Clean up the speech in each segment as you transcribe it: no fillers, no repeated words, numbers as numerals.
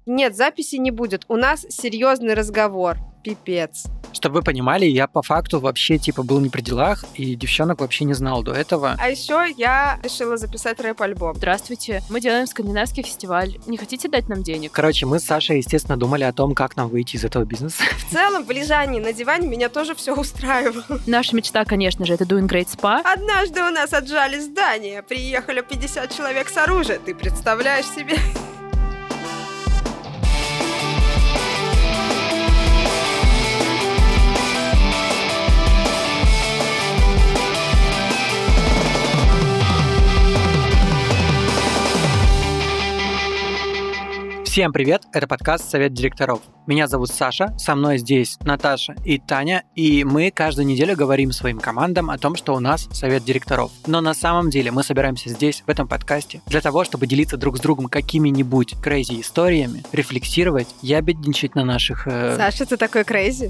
Нет, записи не будет. У нас серьезный разговор. Пипец. Чтобы вы понимали, я по факту вообще был не при делах, и девчонок вообще не знал до этого. А еще я решила записать рэп-альбом. Здравствуйте, мы делаем скандинавский фестиваль. Не хотите дать нам денег? Короче, мы с Сашей, естественно, думали о том, как нам выйти из этого бизнеса. В целом, в лежании на диване меня тоже все устраивало. Наша мечта, конечно же, это Doing Great Spa. Однажды у нас отжали здание. Приехали 50 человек с оружием. Ты представляешь себе? Всем привет, это подкаст «Совет директоров». Меня зовут Саша, со мной здесь Наташа и Таня, и мы каждую неделю говорим своим командам о том, что у нас совет директоров. Но на самом деле мы собираемся здесь, в этом подкасте, для того, чтобы делиться друг с другом какими-нибудь crazy историями, рефлексировать, ябедничать на наших... Саша, ты такой crazy?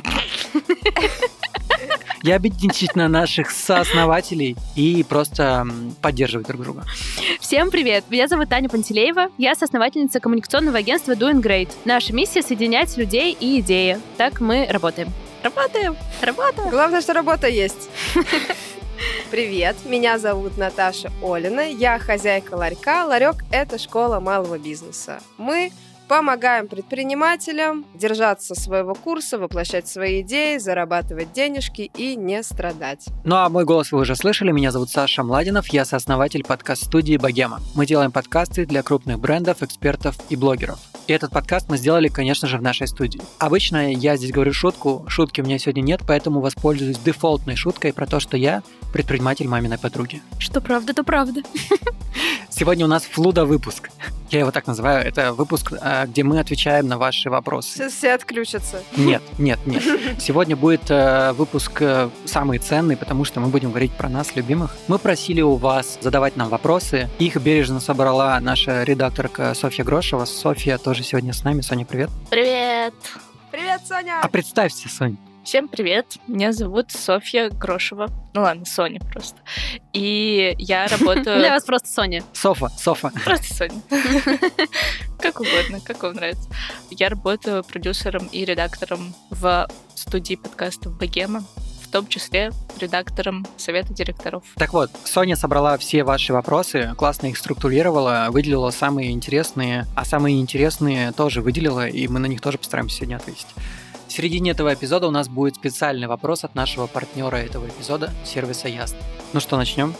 Ябедничать на наших сооснователей и просто поддерживать друг друга. Всем привет! Меня зовут Таня Пантелеева. Я соосновательница коммуникационного агентства Doing Great. Наша миссия — соединять людей и идеи. Так мы работаем. Работаем! Главное, что работа есть. Привет, меня зовут Наташа Олина. Я хозяйка ларька. Ларек — это школа малого бизнеса. Мы помогаем предпринимателям держаться своего курса, воплощать свои идеи, зарабатывать денежки и не страдать. Ну а мой голос вы уже слышали. Меня зовут Саша Младинов. Я сооснователь подкаст-студии «Богема». Мы делаем подкасты для крупных брендов, экспертов и блогеров. И этот подкаст мы сделали, конечно же, в нашей студии. Обычно я здесь говорю шутку. Шутки у меня сегодня нет, поэтому воспользуюсь дефолтной шуткой про то, что я предприниматель маминой подруги. Что правда, то правда. Сегодня у нас флуда-выпуск. Я его так называю. Это выпуск, где мы отвечаем на ваши вопросы. Сейчас все отключатся. Нет. Сегодня будет выпуск самый ценный, потому что мы будем говорить про нас, любимых. Мы просили у вас задавать нам вопросы. Их бережно собрала наша редакторка Софья Грошева. Софья тоже сегодня с нами. Соня, привет. Привет! Привет, Соня! А представься, Сонь. Всем привет, меня зовут Софья Грошева. Ну ладно, Соня просто. И я работаю... Для вас просто Соня. Софа. Просто Соня. Как угодно, как вам нравится. Я работаю продюсером и редактором в студии подкастов «Богема», в том числе редактором совета директоров. Так вот, Соня собрала все ваши вопросы, классно их структурировала, выделила самые интересные, а самые неинтересные тоже выделила, и мы на них тоже постараемся сегодня ответить. В середине этого эпизода у нас будет специальный вопрос от нашего партнера этого эпизода, сервиса Ясно. Ну что, начнем?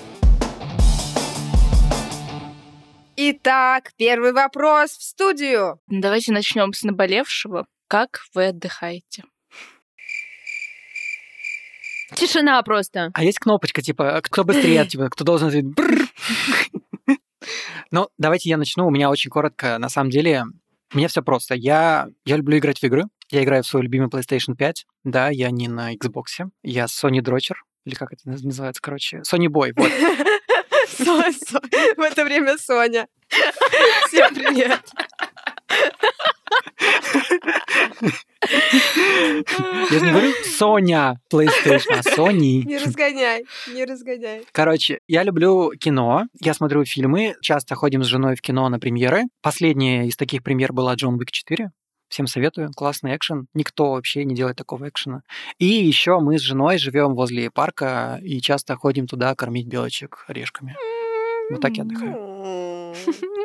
Итак, первый вопрос в студию. Давайте начнем с наболевшего. Как вы отдыхаете? Тишина просто. А есть кнопочка, кто быстрее, кто должен ответить? Ну, давайте я начну. У меня очень коротко. На самом деле, у меня все просто. Я люблю играть в игры. Я играю в свой любимый PlayStation 5. Да, я не на Xbox. Я Sony Дрочер. Или как это называется, короче. Sony Boy, вот. В это время Соня. Всем привет. Я же не говорю Соня PlayStation, а Sony. Не разгоняй. Короче, я люблю кино, я смотрю фильмы, часто ходим с женой в кино на премьеры. Последняя из таких премьер была «Джон Уик 4». Всем советую, классный экшен. Никто вообще не делает такого экшена. И еще мы с женой живем возле парка и часто ходим туда кормить белочек орешками. Вот так я отдыхаю.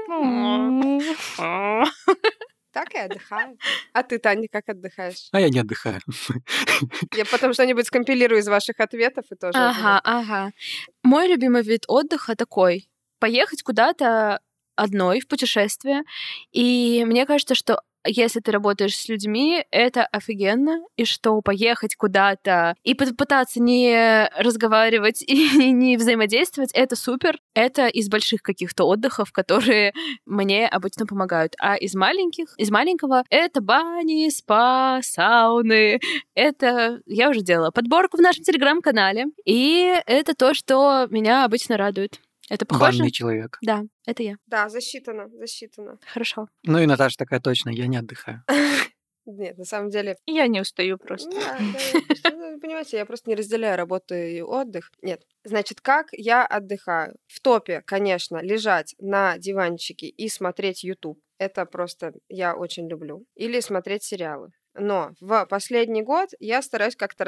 Так и отдыхаю. А ты, Таня, как отдыхаешь? А я не отдыхаю. Я потом что-нибудь скомпилирую из ваших ответов и тоже. Ага. Мой любимый вид отдыха такой: поехать куда-то одной в путешествие. И мне кажется, что если ты работаешь с людьми, это офигенно, и что поехать куда-то и попытаться не разговаривать и не взаимодействовать, это супер. Это из больших каких-то отдыхов, которые мне обычно помогают. А из маленького это бани, спа, сауны. Это я уже делала подборку в нашем телеграм-канале, и это то, что меня обычно радует. Это похоже? Банный человек. Да, это я. Да, засчитано. Хорошо. Ну и Наташа такая точно, я не отдыхаю. Нет, на самом деле... Я не устаю просто. Да, понимаете, я просто не разделяю работу и отдых. Нет. Значит, как я отдыхаю? В топе, конечно, лежать на диванчике и смотреть YouTube. Это просто я очень люблю. Или смотреть сериалы. Но в последний год я стараюсь как-то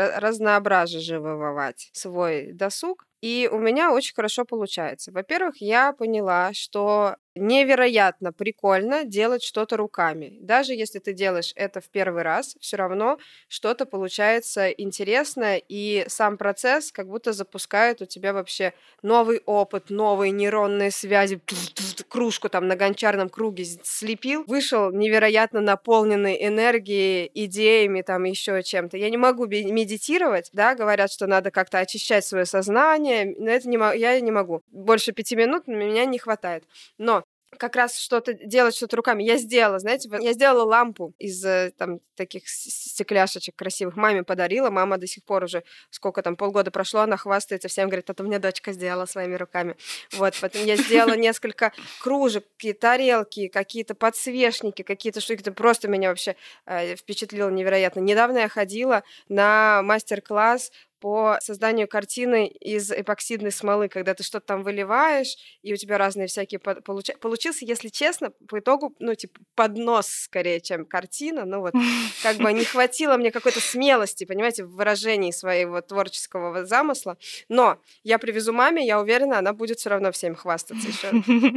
разнообразить свой досуг, и у меня очень хорошо получается. Во-первых, я поняла, что невероятно прикольно делать что-то руками. Даже если ты делаешь это в первый раз, все равно что-то получается интересное, и сам процесс как будто запускает у тебя вообще новый опыт, новые нейронные связи. Кружку там на гончарном круге слепил, вышел невероятно наполненный энергией, идеями, там еще чем-то. Я не могу медитировать, да, говорят, что надо как-то очищать свое сознание, но это я не могу. Больше 5 минут меня не хватает. Но как раз делать что-то руками. Я сделала лампу из там таких стекляшечек красивых. Маме подарила, мама до сих пор уже, сколько там, полгода прошло, она хвастается всем, говорит, это мне дочка сделала своими руками. Вот, потом я сделала несколько кружек, какие-то тарелки, какие-то подсвечники, какие-то штуки. Это просто меня вообще впечатлило невероятно. Недавно я ходила на мастер-класс по созданию картины из эпоксидной смолы, когда ты что-то там выливаешь, и у тебя разные всякие... Получился, если честно, по итогу, поднос скорее, чем картина. Как бы не хватило мне какой-то смелости, понимаете, в выражении своего творческого замысла. Но я привезу маме, я уверена, она будет все равно всем хвастаться еще.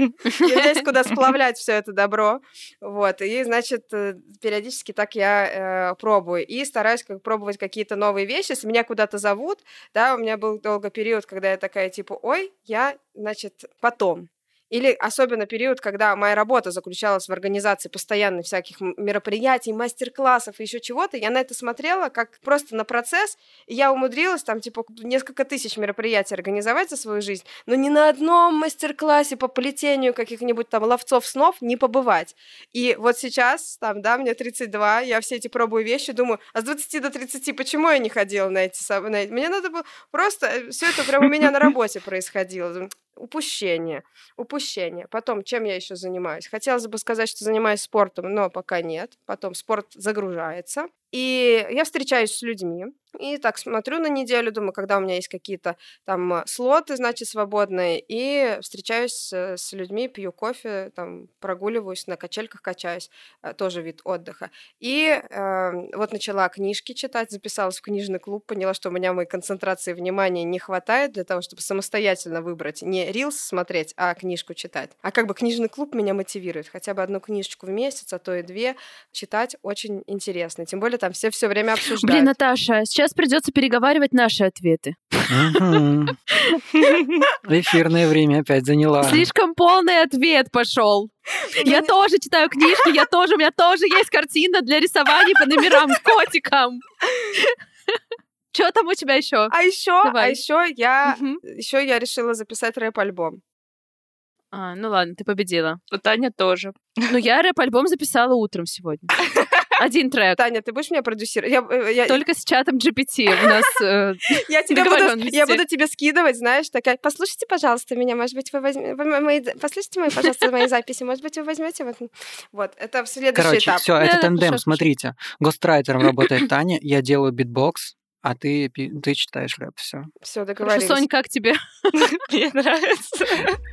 Есть куда сплавлять все это добро. Вот. И, значит, периодически так я пробую. И стараюсь пробовать какие-то новые вещи. Если меня куда-то зовут, да, у меня был долго период, когда я такая, ой, я, значит, потом. Или особенно период, когда моя работа заключалась в организации постоянно всяких мероприятий, мастер-классов и еще чего-то. Я на это смотрела как просто на процесс, и я умудрилась там, несколько тысяч мероприятий организовать за свою жизнь, но ни на одном мастер-классе по плетению каких-нибудь там ловцов снов не побывать. И вот сейчас, мне 32, я все эти пробую вещи, думаю, а с 20 до 30 почему я не ходила на эти... Мне надо было просто... Все это прямо у меня на работе происходило. Упущение. Потом, чем я еще занимаюсь? Хотелось бы сказать, что занимаюсь спортом, но пока нет. Потом спорт загружается. И я встречаюсь с людьми, и так смотрю на неделю, думаю, когда у меня есть какие-то там слоты, значит, свободные, и встречаюсь с людьми, пью кофе, там, прогуливаюсь, на качельках качаюсь, тоже вид отдыха. И вот начала книжки читать, записалась в книжный клуб, поняла, что у меня моей концентрации внимания не хватает для того, чтобы самостоятельно выбрать, не рилс смотреть, а книжку читать. А книжный клуб меня мотивирует, хотя бы одну книжечку в месяц, а то и 2 читать очень интересно, тем более там все время обсуждают. Блин, Наташа, сейчас придется переговаривать наши ответы. Эфирное время опять заняла. Слишком полный ответ пошел. Я тоже читаю книжки, у меня тоже есть картина для рисования по номерам с котиком. Что там у тебя еще? А еще я решила записать рэп-альбом. Ну ладно, ты победила. Таня тоже. Ну, я рэп-альбом записала утром сегодня. 1 трек. Таня, ты будешь меня продюсировать? Только с чатом GPT у нас Я буду тебе скидывать, знаешь, такая, послушайте, пожалуйста, меня, может быть, вы возьмете... Послушайте, пожалуйста, мои записи, может быть, вы возьмете вот. Это в следующий этап. Короче, все, это тандем, смотрите. Гострайтером работает Таня, я делаю битбокс, а ты читаешь рэп, все. Все, договорились. Сонь, как тебе? Мне нравится.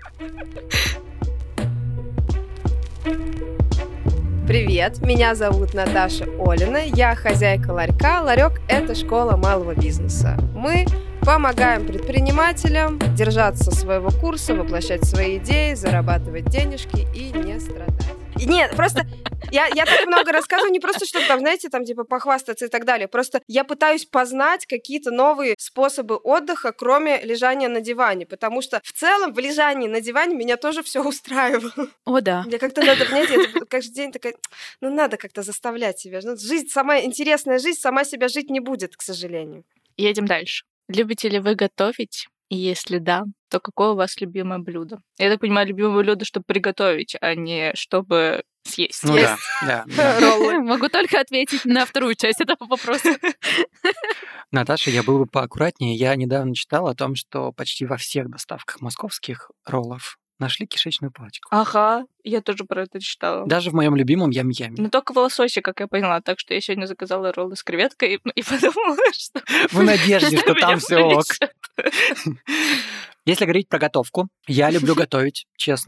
Привет, меня зовут Наташа Олина, я хозяйка ларька. Ларек – это школа малого бизнеса. Мы помогаем предпринимателям держаться своего курса, воплощать свои идеи, зарабатывать денежки и не страдать. Нет, просто я так много рассказываю, не просто, чтобы там, знаете, там типа похвастаться и так далее. Просто я пытаюсь познать какие-то новые способы отдыха, кроме лежания на диване. Потому что в целом в лежании на диване меня тоже все устраивало. О, да. Мне как-то надо, знаете, каждый день такая, надо как-то заставлять себя. Жизнь, интересная жизнь сама себя жить не будет, к сожалению. Едем дальше. Любите ли вы готовить? И если да, то какое у вас любимое блюдо? Я так понимаю, любимое блюдо, чтобы приготовить, а не чтобы съесть. Ну да. Могу только ответить на вторую часть этого вопроса. Наташа, я был бы поаккуратнее. Я недавно читал о том, что почти во всех доставках московских роллов нашли кишечную палочку. Ага, я тоже про это читала. Даже в моем любимом ям-яме. Но только в лососе, как я поняла. Так что я сегодня заказала роллы с креветкой и подумала, что... В надежде, что там все ок. Если говорить про готовку, я люблю готовить, честно.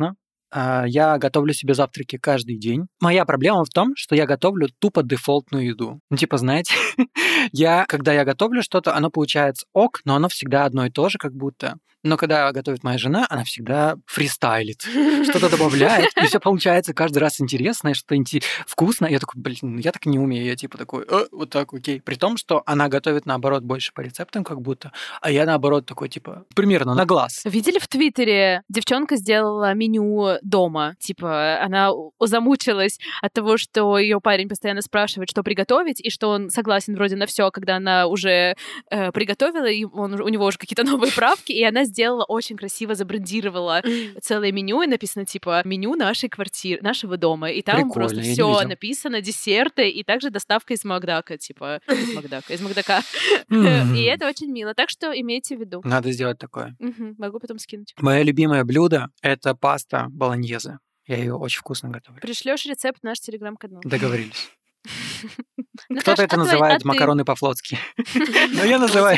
Я готовлю себе завтраки каждый день. Моя проблема в том, что я готовлю тупо дефолтную еду. Ну, типа, знаете, когда я готовлю что-то, оно получается ок, но оно всегда одно и то же, как будто. Но когда готовит моя жена, она всегда фристайлит, что-то добавляет, и все получается каждый раз интересное, что-то вкусное. Я такой, блин, я так не умею. Я типа такой, вот так, окей. При том, что она готовит, наоборот, больше по рецептам как будто, а я, наоборот, такой, типа, примерно на глаз. Видели в Твиттере? Девчонка сделала меню дома. Типа, она замучилась от того, что ее парень постоянно спрашивает, что приготовить, и что он согласен вроде на все, когда она уже приготовила, и у него уже какие-то новые правки, и она сделала очень красиво, забрендировала целое меню, и написано, типа, меню нашей квартиры, нашего дома. И там Прикольно, просто все написано, десерты, и также доставка из Макдака, типа, из Макдака. И это очень мило. Так что имейте в виду. Надо сделать такое. Могу потом скинуть. Мое любимое блюдо — это паста болоньезе. Я ее очень вкусно готовлю. Пришлешь рецепт в наш телеграм-канал. Договорились. Кто-то это называет макароны по-флотски. Но я называю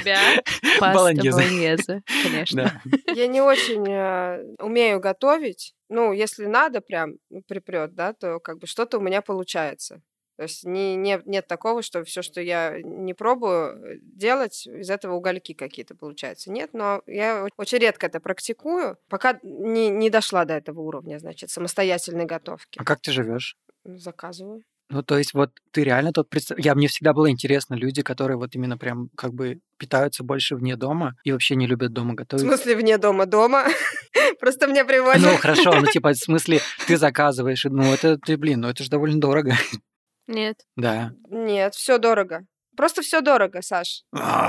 болоньезе, конечно. Я не очень умею готовить. Ну, если надо прям припрёт, да, то как бы что-то у меня получается. То есть нет такого, что все, что я не пробую делать, из этого угольки какие-то получаются. Нет, но я очень редко это практикую, пока не дошла до этого уровня, значит, самостоятельной готовки. А как ты живешь? Заказываю. Ну, то есть вот ты реально тут... Мне всегда было интересно люди, которые вот именно прям как бы питаются больше вне дома и вообще не любят дома готовить. В смысле вне дома? Дома? Просто мне привозят... Ну, хорошо, ну, типа, в смысле ты заказываешь, ну, это же довольно дорого. Нет. Да. Нет, все дорого. Просто все дорого, Саш.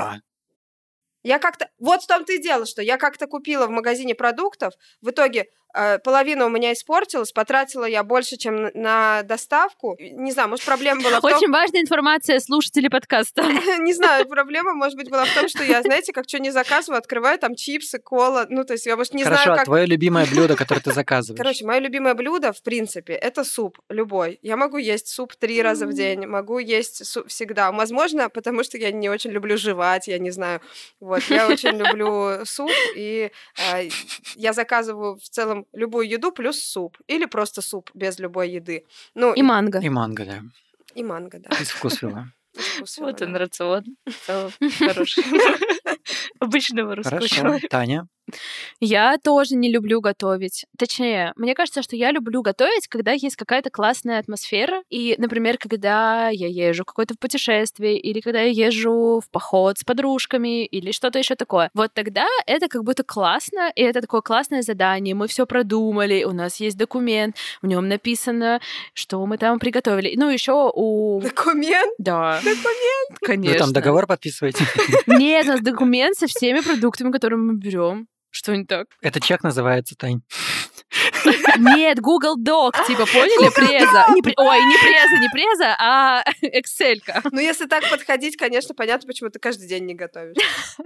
Я как-то... Вот в том-то и дело, что я как-то купила в магазине продуктов, в итоге половина у меня испортилась, потратила я больше, чем на доставку. Не знаю, может, проблема была в том... Очень важная информация слушателей подкаста. Не знаю, проблема, может быть, была в том, что я, знаете, как что не заказываю, открываю там чипсы, кола, ну, то есть я, может, не знаю, как... Хорошо, твое любимое блюдо, которое ты заказываешь? Короче, мое любимое блюдо, в принципе, это суп любой. Я могу есть суп 3 раза в день, могу есть суп всегда. Возможно, потому что я не очень люблю жевать, я не знаю. Вот, я очень люблю суп, и я заказываю в целом любую еду плюс суп. Или просто суп без любой еды. Ну, и манго. И манго, да. И манго, да. Из вкусвилла. Вот он рацион. Хороший. Обычного русского человека. Таня? Я тоже не люблю готовить. Точнее, мне кажется, что я люблю готовить, когда есть какая-то классная атмосфера. И, например, когда я езжу какое-то путешествие, или когда я езжу в поход с подружками, или что-то еще такое. Вот тогда это как будто классно, и это такое классное задание. Мы все продумали, у нас есть документ, в нем написано, что мы там приготовили. Ну, еще у... Документ? Да. Документ? Конечно. Вы там договор подписываете? Нет, у нас документ со всеми продуктами, которые мы берем. Что не так? Это чек называется, Тань. Нет, Google Doc, типа, поняли? Преза. Ой, не преза, а Excel-ка. Ну, если так подходить, конечно, понятно, почему ты каждый день не готовишь.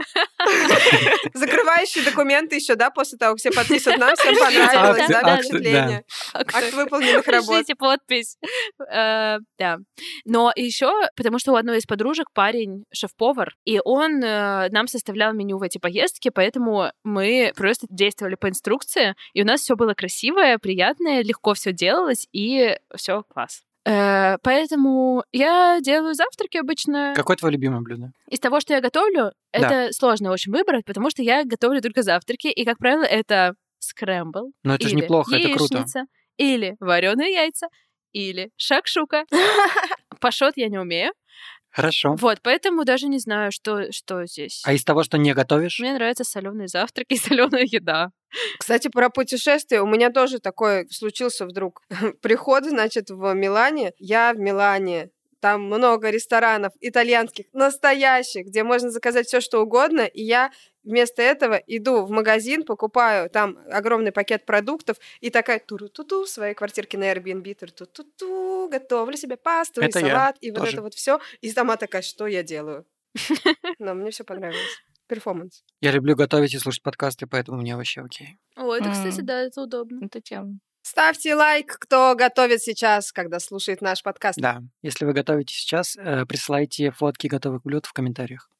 Закрывающие документы еще, да, после того, как все подписывают, нам всем понравилось, да, впечатление. Акт выполненных работ. Пишите подпись. Да. Но еще, потому что у одной из подружек парень шеф-повар, и он нам составлял меню в эти поездки, поэтому мы просто действовали по инструкции, и у нас все было красивое, приятное, легко все делалось, и все класс. Поэтому я делаю завтраки обычно. Какое твое любимое блюдо? Из того, что я готовлю, это сложно очень выбрать, потому что я готовлю только завтраки, и, как правило, это скрэмбл. Но это же неплохо, это круто. Или вареные яйца, или шакшука. Пашот я не умею. Хорошо. Вот, поэтому даже не знаю, что здесь. А из того, что не готовишь? Мне нравятся соленые завтраки и соленая еда. Кстати, про путешествия. У меня тоже такой случился вдруг приход, значит, в Милане. Я в Милане. Там много ресторанов итальянских, настоящих, где можно заказать все, что угодно. И я вместо этого иду в магазин, покупаю там огромный пакет продуктов и такая туру-ту-ту в своей квартирке на Airbnb, туру-ту-ту, готовлю себе пасту и салат, и вот это вот все. И сама такая, что я делаю? Но мне все понравилось. Перформанс. Я люблю готовить и слушать подкасты, поэтому мне вообще окей. О, это, кстати, да, это удобно. Это тема. Ставьте лайк, кто готовит сейчас, когда слушает наш подкаст. Да, если вы готовите сейчас, присылайте фотки готовых блюд в комментариях.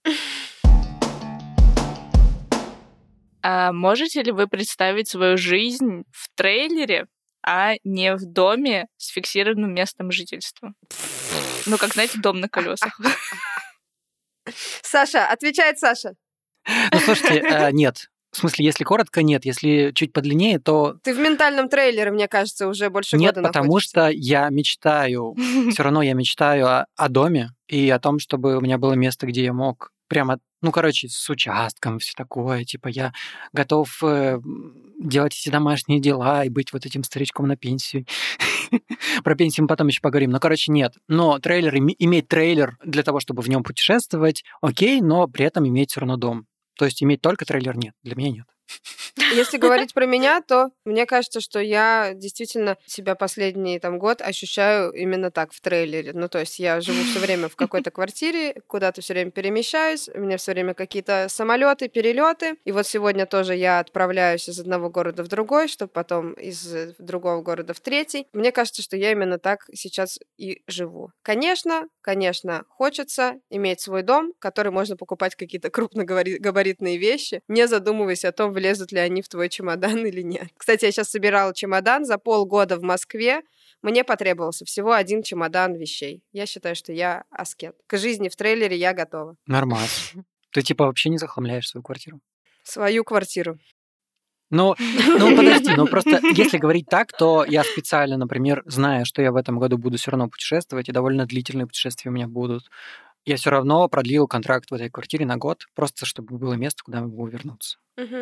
А можете ли вы представить свою жизнь в трейлере а не в доме с фиксированным местом жительства. Ну, как, знаете, дом на колесах. Саша, отвечает Саша. Ну, слушайте, нет. В смысле, если коротко, нет. Если чуть подлиннее, то... Ты в ментальном трейлере, мне кажется, уже больше нет, года потому находишься. что я мечтаю, все равно я мечтаю о доме и о том, чтобы у меня было место, где я мог прямо, ну, короче, с участком, все такое. Типа я готов делать эти домашние дела и быть вот этим старичком на пенсии. Про пенсию мы потом еще поговорим. Но, короче, нет. Но трейлер, иметь трейлер для того, чтобы в нем путешествовать, окей, но при этом иметь все равно дом. То есть иметь только трейлер нет. Для меня нет. Если говорить про меня, то мне кажется, что я действительно себя последний год ощущаю именно так, в трейлере. Ну, то есть я живу все время в какой-то квартире, куда-то все время перемещаюсь, у меня все время какие-то самолеты, перелеты. И вот сегодня тоже я отправляюсь из одного города в другой, чтобы потом из другого города в третий. Мне кажется, что я именно так сейчас и живу. Конечно, хочется иметь свой дом, в который можно покупать какие-то крупногабаритные вещи, не задумываясь о том, влезут ли они в твой чемодан или нет. Кстати, я сейчас собирала чемодан за полгода в Москве. Мне потребовался всего 1 чемодан вещей. Я считаю, что я аскет. К жизни в трейлере я готова. Нормально. Ты типа вообще не захламляешь свою квартиру? Свою квартиру. Ну, подожди, просто если говорить так, то я специально, например, зная, что я в этом году буду все равно путешествовать, и довольно длительные путешествия у меня будут, я все равно продлил контракт в этой квартире на год, просто чтобы было место, куда я могу вернуться.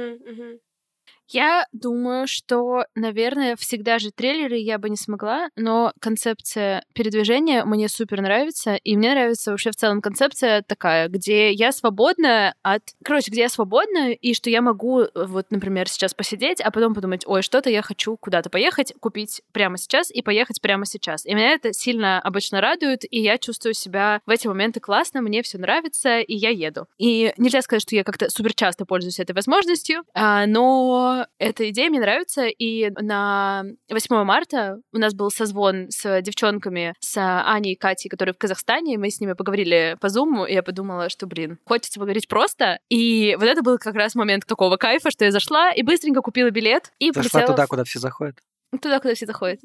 Я думаю, что, наверное, всегда же трейлеры я бы не смогла, но концепция передвижения мне супер нравится, и мне нравится вообще в целом концепция такая, где я свободна где я свободна, и что я могу, вот, например, сейчас посидеть, а потом подумать, ой, что-то я хочу куда-то поехать, купить прямо сейчас и поехать прямо сейчас. И меня это сильно обычно радует, и я чувствую себя в эти моменты классно, мне все нравится, и я еду. И нельзя сказать, что я как-то супер часто пользуюсь этой возможностью, но эта идея мне нравится, и на 8 марта у нас был созвон с девчонками, с Аней и Катей, которые в Казахстане, и мы с ними поговорили по Zoom, и я подумала, что, хочется поговорить просто, и вот это был как раз момент такого кайфа, что я зашла и быстренько купила билет, и зашла туда, куда все заходят? Туда, куда все заходят.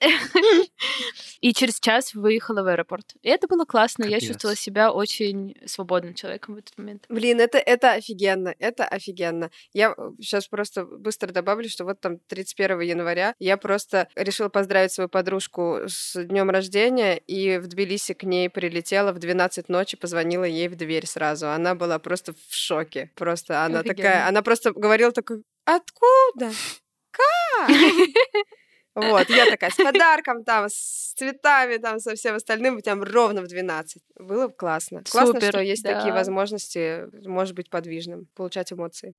И через час выехала в аэропорт. И это было классно. Капец. Я чувствовала себя очень свободным человеком в этот момент. Это офигенно, это офигенно. Я сейчас просто быстро добавлю, что вот там 31 января я просто решила поздравить свою подружку с днем рождения, и в Тбилиси к ней прилетела в 12 ночи, позвонила ей в дверь сразу. Она была просто в шоке. Просто она офигенно. такая, она просто говорила такой, откуда? Как? Вот, я такая с подарком, там, с цветами, там, со всем остальным, там, ровно в 12. Было классно. Классно, Супер, что есть да. такие возможности, может быть подвижным, получать эмоции.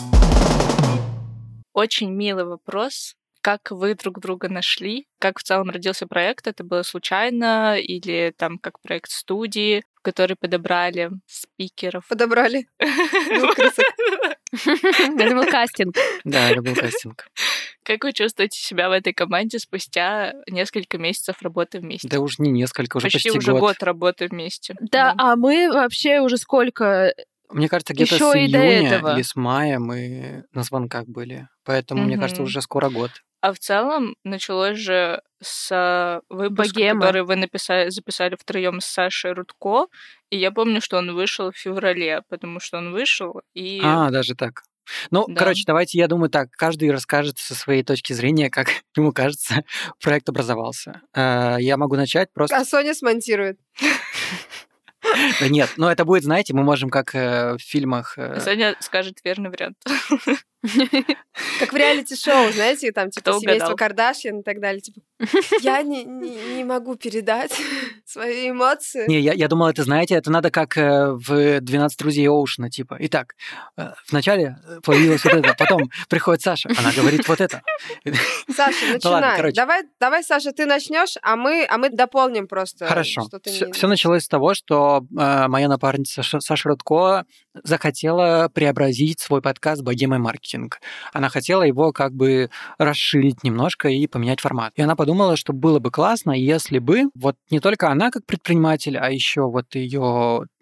Очень милый вопрос. Как вы друг друга нашли? Как в целом родился проект? Это было случайно? Или там как проект студии, в который подобрали спикеров? Подобрали двух крысок. Это был кастинг. Да, это был кастинг. Как вы чувствуете себя в этой команде спустя несколько месяцев работы вместе? Да уж не несколько, уже Почти почти уже год. год работы вместе. Да, а мы вообще уже сколько... Мне кажется, где-то Ещё с и до июня этого. или с мая мы на звонках были. Поэтому, мне кажется, уже скоро год. А в целом началось же с выпуска, Богемы. который вы записали втроем с Сашей Рудко. И я помню, что он вышел в феврале, потому что он вышел и... Даже так. Ну, Да. короче, давайте, я думаю, так, каждый расскажет со своей точки зрения, как ему кажется, проект образовался. Я могу начать просто... А Соня смонтирует. Да нет, но это будет, знаете, мы можем как в фильмах... Соня скажет верный вариант. Как в реалити-шоу, знаете, там, типа, Кто семейство угадал? Кардашьян и так далее. Типа, я не могу передать свои эмоции. Не, я думал, это, знаете, это надо как в «12 друзей Оушена», типа. Итак, вначале появилось вот это, потом приходит Саша, она говорит вот это. Саша, Ну ладно, начинай. короче. Давай, Саша, ты начнешь, а мы дополним просто. Хорошо. Что ты не- Все началось с того, что моя напарница Саша Рудко захотела преобразить свой подкаст «Богема маркетинг». Она хотела его как бы расширить немножко и поменять формат. И она подумала, что было бы классно, если бы вот не только она как предприниматель, а еще вот ее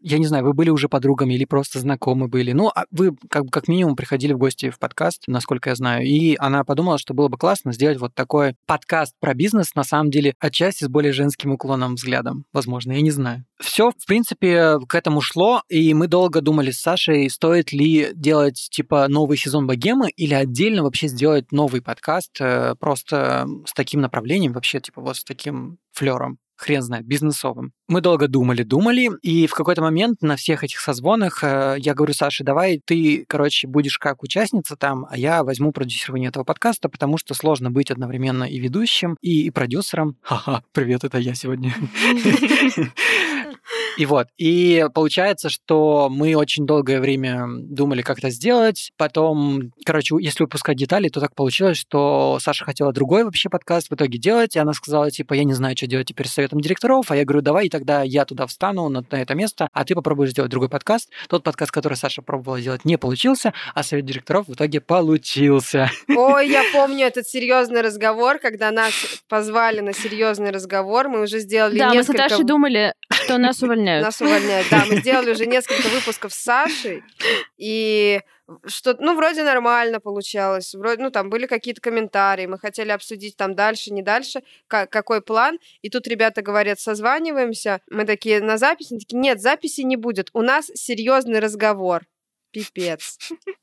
я не знаю, вы были уже подругами или просто знакомы были. Ну, вы как минимум приходили в гости в подкаст, насколько я знаю, и она подумала, что было бы классно сделать вот такой подкаст про бизнес, на самом деле, отчасти с более женским уклоном, взглядом, возможно, я не знаю. Все, в принципе, к этому шло, и мы долго думали с Сашей, стоит ли делать, типа, новый сезон «Богемы» или отдельно вообще сделать новый подкаст просто с таким направлением, вообще, типа, вот с таким флером. Хрен знает, бизнесовым. Мы долго думали, и в какой-то момент на всех этих созвонах я говорю: Саше, давай ты, будешь как участница там, а я возьму продюсирование этого подкаста, потому что сложно быть одновременно и ведущим, и продюсером. Ха-ха, привет, это я сегодня. И получается, что мы очень долгое время думали, как это сделать. Потом, если выпускать детали, то так получилось, что Саша хотела другой вообще подкаст в итоге делать, и она сказала, типа, я не знаю, что делать теперь с советом директоров, а я говорю, давай тогда я туда встану на это место, а ты попробуешь сделать другой подкаст. Тот подкаст, который Саша пробовала делать, не получился, а совет директоров в итоге получился. Ой, я помню этот серьезный разговор, когда нас позвали на серьезный разговор, мы уже сделали несколько... Да, мы с Наташей думали, что нас увольняют. Нас увольняют, да. Мы сделали уже несколько выпусков с Сашей, и что, вроде нормально получалось, вроде, там были какие-то комментарии, мы хотели обсудить там дальше, не дальше, какой план, и тут ребята говорят, созваниваемся, мы такие, на запись? Они такие, нет, записи не будет, у нас серьезный разговор. Пипец.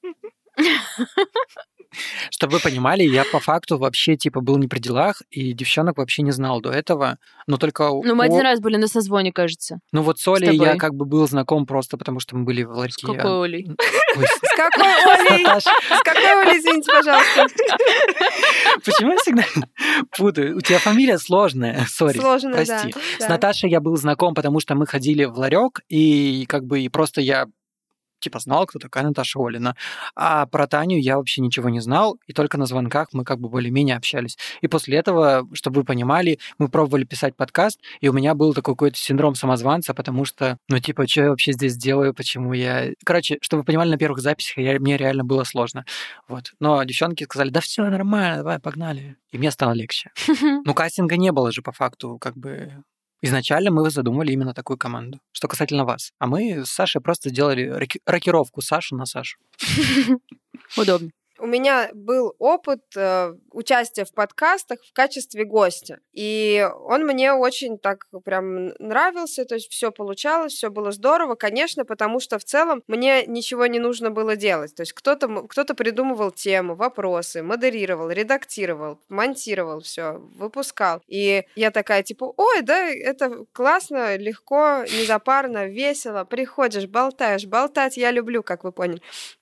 Чтобы вы понимали, я по факту вообще был не при делах, и девчонок вообще не знал до этого, но только... мы один раз были на созвоне, кажется. С Олей я был знаком просто, потому что мы были в ларьке. С какой Олей? С какой Олей? С какой Олей, извините, пожалуйста. Почему я всегда путаю? У тебя фамилия сложная, сори, Сложная, прости. Да. С Наташей я был знаком, потому что мы ходили в ларек, и и просто я знал, кто такая Наташа Олина. А про Таню я вообще ничего не знал, и только на звонках мы более-менее общались. И после этого, чтобы вы понимали, мы пробовали писать подкаст, и у меня был такой какой-то синдром самозванца, потому что, что я вообще здесь делаю, почему я... чтобы вы понимали, на первых записях мне реально было сложно. Но девчонки сказали, да все нормально, давай, погнали. И мне стало легче. Кастинга не было же по факту, Изначально мы задумали именно такую команду, что касательно вас. А мы с Сашей просто сделали рокировку Сашу на Сашу. Удобно. У меня был опыт участия в подкастах в качестве гостя. И он мне очень так прям нравился. То есть все получалось, все было здорово, конечно, потому что в целом мне ничего не нужно было делать. То есть кто-то придумывал тему, вопросы, модерировал, редактировал, монтировал все, выпускал. И я такая ой, да, это классно, легко, незапарно, весело. Приходишь, болтаешь. Болтать я люблю, как вы поняли.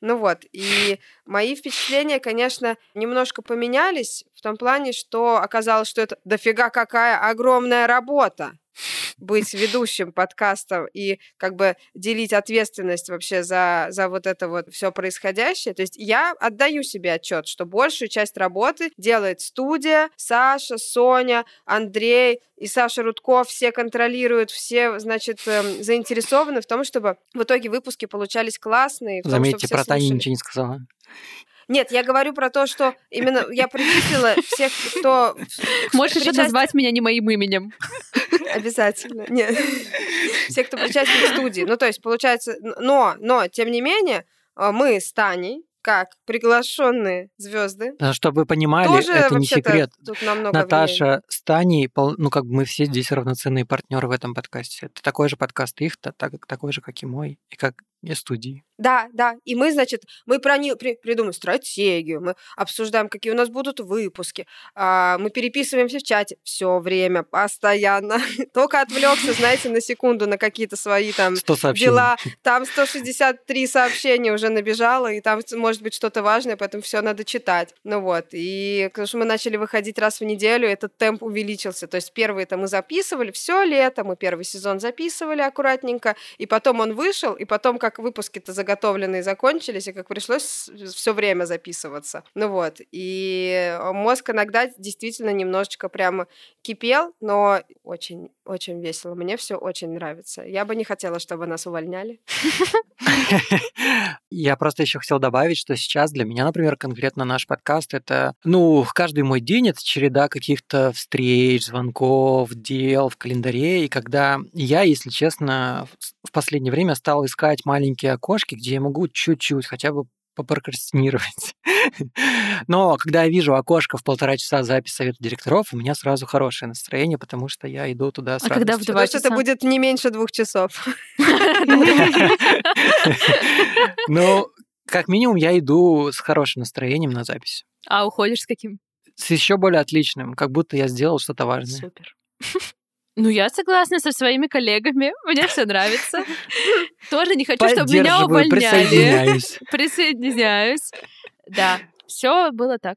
И мои впечатления, конечно, немножко поменялись в том плане, что оказалось, что это дофига какая огромная работа быть ведущим подкастом и делить ответственность вообще за вот это все происходящее. То есть я отдаю себе отчет, что большую часть работы делает студия, Саша, Соня, Андрей и Саша Рудков. Все контролируют, все, заинтересованы в том, чтобы в итоге выпуски получались классные. Заметьте, про Таню ничего не сказала. Нет, я говорю про то, что именно я причислила всех, кто... Можешь еще назвать меня не моим именем. Обязательно. Нет. Все, кто причастен к студии. То есть, получается... Но, тем не менее, мы с Таней, как приглашенные звезды. Чтобы вы понимали, тоже, это не секрет. Наташа влияет. с Таней, мы все здесь равноценные партнеры в этом подкасте. Это такой же подкаст их, такой же, как и мой, и как и студии. Да. И мы, мы придумаем стратегию, мы обсуждаем, какие у нас будут выпуски, мы переписываемся в чате все время, постоянно. Только отвлекся, на секунду на какие-то свои там дела. Там 163 сообщения уже набежало, и там может быть что-то важное, поэтому все надо читать. И потому что мы начали выходить раз в неделю, этот темп увеличился. То есть первые-то мы записывали все лето, мы первый сезон записывали аккуратненько, и потом он вышел, и потом как как выпуски-то заготовленные закончились, и как пришлось все время записываться. Ну вот, и мозг иногда действительно немножечко прямо кипел, но очень весело. Мне все очень нравится. Я бы не хотела, чтобы нас увольняли. Я просто еще хотел добавить, что сейчас для меня, например, конкретно наш подкаст — это, каждый мой день — это череда каких-то встреч, звонков, дел в календаре, и когда я, если честно, в последнее время стал искать маленькие окошки, где я могу чуть-чуть хотя бы попрокрастинировать. Но когда я вижу окошко в 1,5 часа запись совета директоров, у меня сразу хорошее настроение, потому что я иду туда с когда в радостью. 2 Потому что это будет не меньше 2 часов. Как минимум, я иду с хорошим настроением на запись. А уходишь с каким? С еще более отличным, как будто я сделал что-то важное. Супер. Я согласна со своими коллегами. Мне все нравится. Тоже не хочу, чтобы меня увольняли. Присоединяюсь. Да, все было так.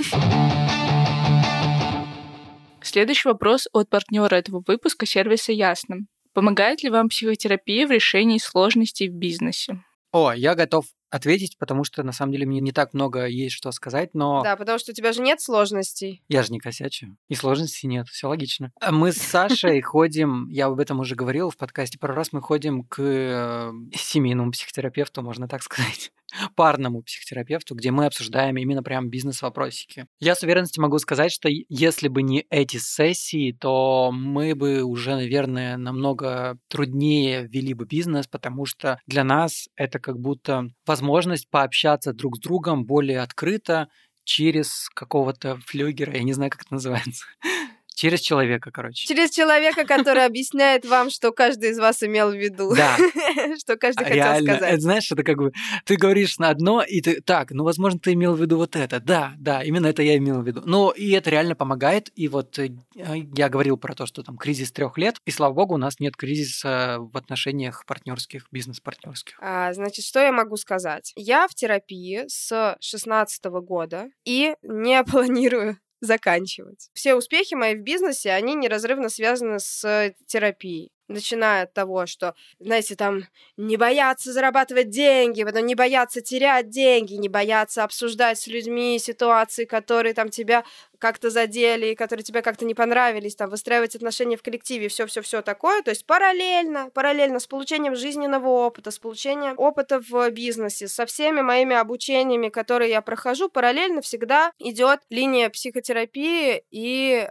Следующий вопрос от партнера этого выпуска сервиса Ясно. Помогает ли вам психотерапия в решении сложностей в бизнесе? Я готов ответить, потому что, на самом деле, мне не так много есть что сказать, но... Да, потому что у тебя же нет сложностей. Я же не косячу. И сложностей нет, все логично. Мы с Сашей ходим, я об этом уже говорил в подкасте пару раз, мы ходим к семейному психотерапевту, можно так сказать, парному психотерапевту, где мы обсуждаем именно прям бизнес-вопросики. Я с уверенностью могу сказать, что если бы не эти сессии, то мы бы уже, наверное, намного труднее вели бы бизнес, потому что для нас это как будто возможность пообщаться друг с другом более открыто через какого-то флюгера, я не знаю, как это называется. Через человека, короче. Через человека, который объясняет вам, что каждый из вас имел в виду. Да. Что каждый Реально. хотел сказать. Это, знаешь, это как бы ты говоришь на одно, и ты возможно, ты имел в виду вот это. Да, именно это я имел в виду. И это реально помогает. И вот я говорил про то, что там кризис 3 лет, и слава богу, у нас нет кризиса в отношениях партнерских, бизнес-партнерских. Значит, что я могу сказать? Я в терапии с 2016 года и не планирую заканчивать. Все успехи мои в бизнесе, они неразрывно связаны с терапией. Начиная от того, что, знаете, там не бояться зарабатывать деньги, потом не бояться терять деньги, не бояться обсуждать с людьми ситуации, которые там тебя как-то задели, которые тебе как-то не понравились, там, выстраивать отношения в коллективе, все такое. То есть параллельно с получением жизненного опыта, с получением опыта в бизнесе, со всеми моими обучениями, которые я прохожу, параллельно всегда идет линия психотерапии, и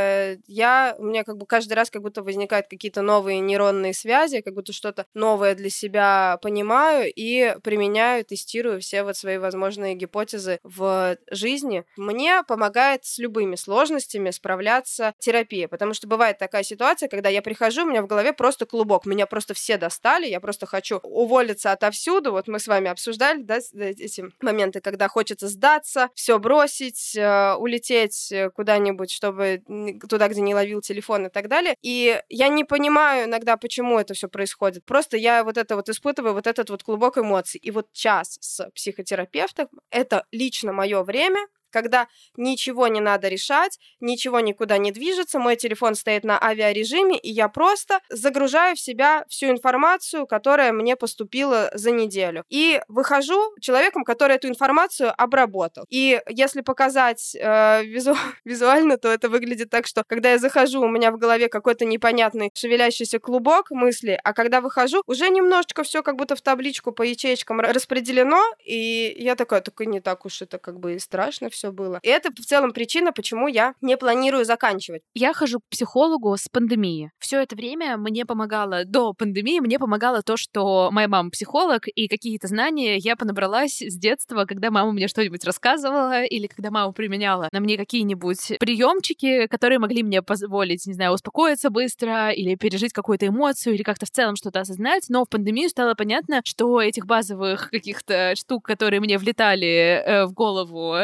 у меня как бы каждый раз как будто возникают какие-то новые нейронные связи, как будто что-то новое для себя понимаю и применяю, тестирую все вот свои возможные гипотезы в жизни. Мне помогает с любыми сложностями справляться терапия, потому что бывает такая ситуация, когда я прихожу, у меня в голове просто клубок, меня просто все достали, я просто хочу уволиться отовсюду, вот мы с вами обсуждали, да, эти моменты, когда хочется сдаться, все бросить, улететь куда-нибудь, чтобы туда, где не ловил телефон и так далее, и я не понимаю иногда, почему это все происходит, просто я вот это вот испытываю, вот этот вот клубок эмоций, и вот час с психотерапевтом — это лично мое время, когда ничего не надо решать, ничего никуда не движется, мой телефон стоит на авиарежиме, и я просто загружаю в себя всю информацию, которая мне поступила за неделю. И выхожу человеком, который эту информацию обработал. И если показать визуально, то это выглядит так, что когда я захожу, у меня в голове какой-то непонятный шевелящийся клубок мыслей, а когда выхожу, уже немножечко все как будто в табличку по ячеечкам распределено, и я такая не так уж это как бы и страшно все было. И это в целом причина, почему я не планирую заканчивать. Я хожу к психологу с пандемии. Все это время мне помогало, до пандемии, мне помогало то, что моя мама психолог, и какие-то знания я понабралась с детства, когда мама мне что-нибудь рассказывала, или когда мама применяла на мне какие-нибудь приемчики, которые могли мне позволить, не знаю, успокоиться быстро, или пережить какую-то эмоцию, или как-то в целом что-то осознать. Но в пандемию стало понятно, что этих базовых каких-то штук, которые мне влетали в голову, стало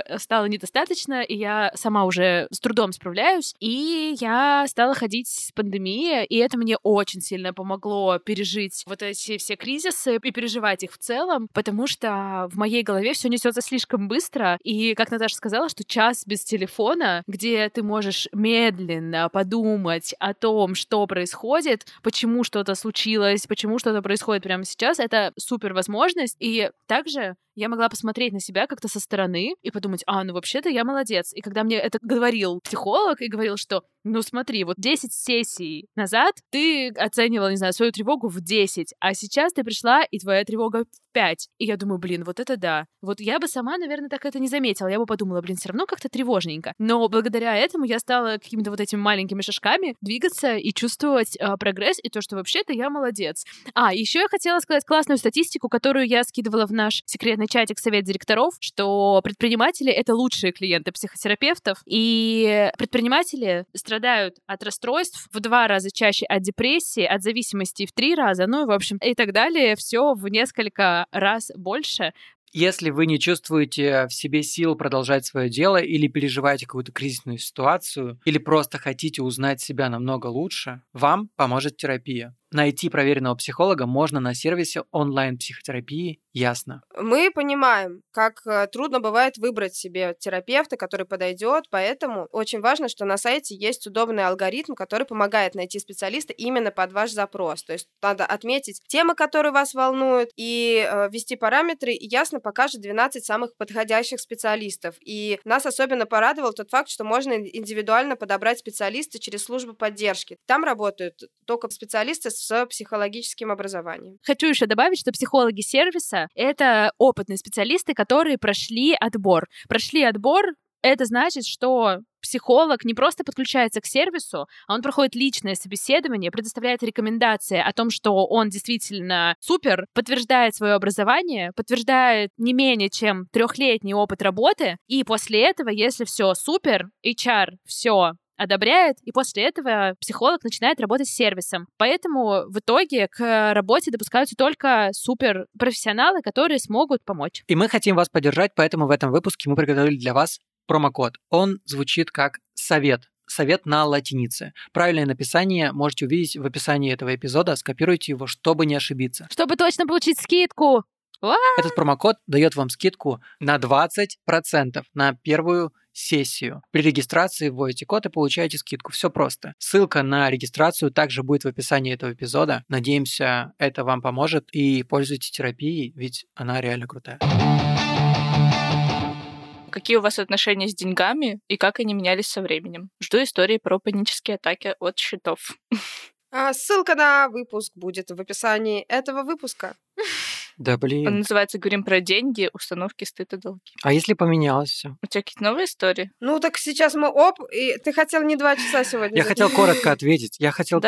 стало недостаточно, и я сама уже с трудом справляюсь, и я стала ходить с пандемией, и это мне очень сильно помогло пережить вот эти все кризисы и переживать их в целом, потому что в моей голове все несется слишком быстро, и, как Наташа сказала, что час без телефона, где ты можешь медленно подумать о том, что происходит, почему что-то случилось, почему что-то происходит прямо сейчас, это супер возможность, и также я могла посмотреть на себя как-то со стороны и подумать, ну вообще-то я молодец. И когда мне это говорил психолог и говорил, что ну смотри, вот 10 сессий назад ты оценивала, не знаю, свою тревогу в 10, а сейчас ты пришла, и твоя тревога в 5. И я думаю, блин, вот это да. Вот я бы сама, наверное, так это не заметила. Я бы подумала, блин, все равно как-то тревожненько. Но благодаря этому я стала какими-то вот этими маленькими шажками двигаться и чувствовать прогресс, и то, что вообще-то я молодец. Еще я хотела сказать классную статистику, которую я скидывала в наш секретный чатик совет директоров, что предприниматели — это лучшие клиенты психотерапевтов, и предприниматели страдают от расстройств в 2 раза чаще от депрессии, от зависимости в 3 раза, ну и, в общем, и так далее, все в несколько раз больше. Если вы не чувствуете в себе сил продолжать свое дело или переживаете какую-то кризисную ситуацию, или просто хотите узнать себя намного лучше, вам поможет терапия. Найти проверенного психолога можно на сервисе онлайн-психотерапии «Ясно». Мы понимаем, как трудно бывает выбрать себе терапевта, который подойдет, поэтому очень важно, что на сайте есть удобный алгоритм, который помогает найти специалиста именно под ваш запрос. То есть надо отметить темы, которые вас волнуют, и ввести параметры, и «Ясно» покажет 12 самых подходящих специалистов. И нас особенно порадовал тот факт, что можно индивидуально подобрать специалиста через службу поддержки. Там работают только специалисты с психологическим образованием. Хочу еще добавить, что психологи сервиса — это опытные специалисты, которые прошли отбор. Это значит, что психолог не просто подключается к сервису, а он проходит личное собеседование, предоставляет рекомендации о том, что он действительно супер, подтверждает свое образование, подтверждает не менее чем 3-летний опыт работы, и после этого, если все супер, HR все одобряет, и после этого психолог начинает работать с сервисом. Поэтому в итоге к работе допускаются только суперпрофессионалы, которые смогут помочь. И мы хотим вас поддержать, поэтому в этом выпуске мы приготовили для вас промокод. Он звучит как «Совет». Совет на латинице. Правильное написание можете увидеть в описании этого эпизода. Скопируйте его, чтобы не ошибиться. Чтобы точно получить скидку. Этот промокод дает вам скидку на 20% на первую сессию. При регистрации вводите код и получаете скидку. Все просто. Ссылка на регистрацию также будет в описании этого эпизода. Надеемся, это вам поможет. И пользуйтесь терапией, ведь она реально крутая. Какие у вас отношения с деньгами и как они менялись со временем? Жду истории про панические атаки от счетов. Ссылка на выпуск будет в описании этого выпуска. Да блин. Он называется «Говорим про деньги, установки, стыд и долги». А если поменялось все? У тебя какие-то новые истории? Ну так сейчас мы и ты хотел не 2 часа сегодня. Я хотел коротко ответить.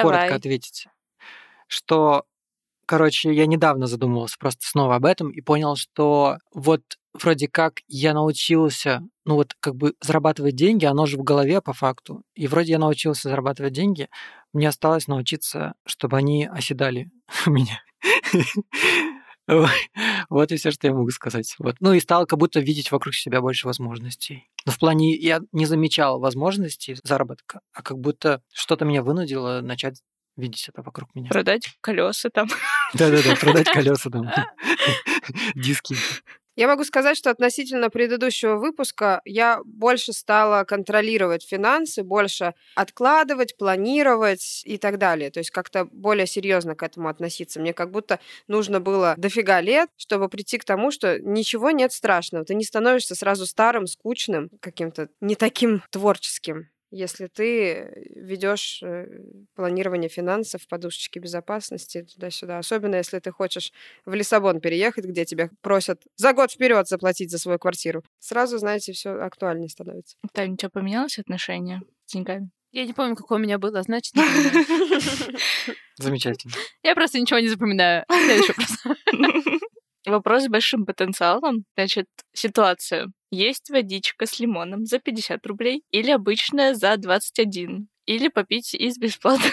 Что, короче, я недавно задумывался просто снова об этом и понял, что вот вроде как я научился, зарабатывать деньги, оно же в голове по факту. И вроде я научился зарабатывать деньги, мне осталось научиться, чтобы они оседали у меня. Вот и все, что я могу сказать. Вот. Ну и стал как будто видеть вокруг себя больше возможностей. Но в плане я не замечал возможностей заработка, а как будто что-то меня вынудило начать видеть это вокруг меня. Продать колеса там. Да-да-да, продать колеса там. Диски. Я могу сказать, что относительно предыдущего выпуска я больше стала контролировать финансы, больше откладывать, планировать и так далее. То есть как-то более серьезно к этому относиться. Мне как будто нужно было дофига лет, чтобы прийти к тому, что ничего нет страшного. Ты не становишься сразу старым, скучным, каким-то не таким творческим, если ты ведешь планирование финансов, подушечки безопасности туда-сюда. Особенно, если ты хочешь в Лиссабон переехать, где тебя просят за год вперед заплатить за свою квартиру. Сразу, знаете, все актуальнее становится. Таня, у тебя поменялось отношение с деньгами? Я не помню, какое у меня было, значит, не помню. Замечательно. Я просто ничего не запоминаю. Следующий вопрос. Вопрос с большим потенциалом. Значит, ситуация. Есть водичка с лимоном за 50 рублей или обычная за 21. Или попить из бесплатного.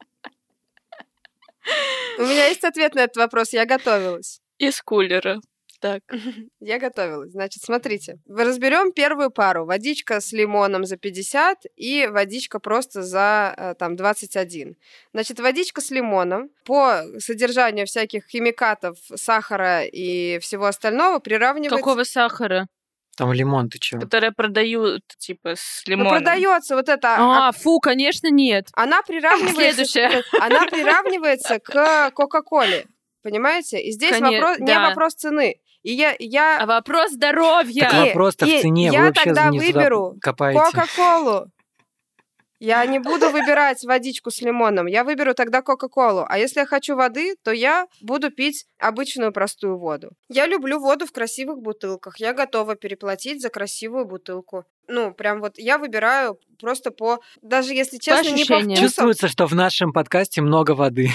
У меня есть ответ на этот вопрос, я готовилась. Из кулера. Так. Я готовилась. Значит, смотрите. Разберем первую пару. Водичка с лимоном за 50 и водичка просто за там 21. Значит, водичка с лимоном по содержанию всяких химикатов, сахара и всего остального приравнивается... Какого сахара? Там лимон, ты чё? Которые продают, типа, с Ну, лимоном. продается вот это... Фу, конечно, нет. Она приравнивается... Следующее. Она приравнивается к Кока-Коле. Понимаете? И здесь Конечно, не да. вопрос цены. И я... А вопрос здоровья. Так вопрос-то в цене, вы я вообще тогда не туда выберу копаете. Кока-Колу. Я не буду выбирать водичку с лимоном, я выберу тогда Кока-Колу. А если я хочу воды, то я буду пить обычную простую воду. Я люблю воду в красивых бутылках. Я готова переплатить за красивую бутылку. Ну, прям вот я выбираю просто по... Даже если честно, не по ощущениям. вкусу. Чувствуется, что в нашем подкасте много воды.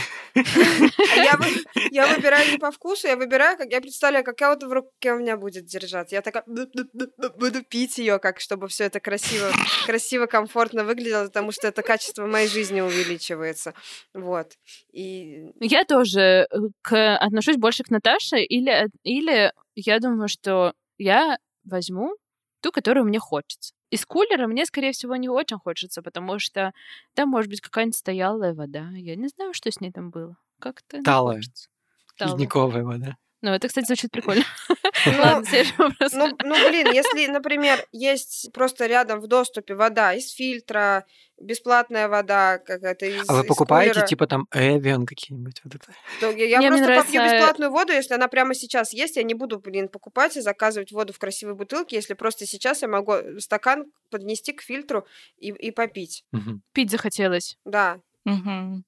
Я выбираю не по вкусу, я выбираю, как я представляю, какая вот в руке у меня будет держаться. Я такая буду пить ее, как чтобы все это красиво, комфортно выглядело, потому что это качество моей жизни увеличивается. Вот. И... Я тоже отношусь больше к Наташе, или я думаю, что я возьму ту, которую мне хочется. Из кулера мне, скорее всего, не очень хочется, потому что там может быть какая-нибудь стоялая вода. Я не знаю, что с ней там было. Как-то не Талая. хочется. Талая. Ледниковая вода. Ну, это, кстати, звучит прикольно. Ну, Ладно, следующий вопрос. Ну, блин, если, например, есть просто рядом в доступе вода из фильтра, бесплатная вода какая-то из А вы из покупаете, кулера, типа там Эвиан какие-нибудь? Вот это? то я Мне просто нравится- попью бесплатную воду, если она прямо сейчас есть, я не буду, блин, покупать и заказывать воду в красивой бутылке, если просто сейчас я могу стакан поднести к фильтру и попить. Мгм. Пить захотелось. Да. Мгм.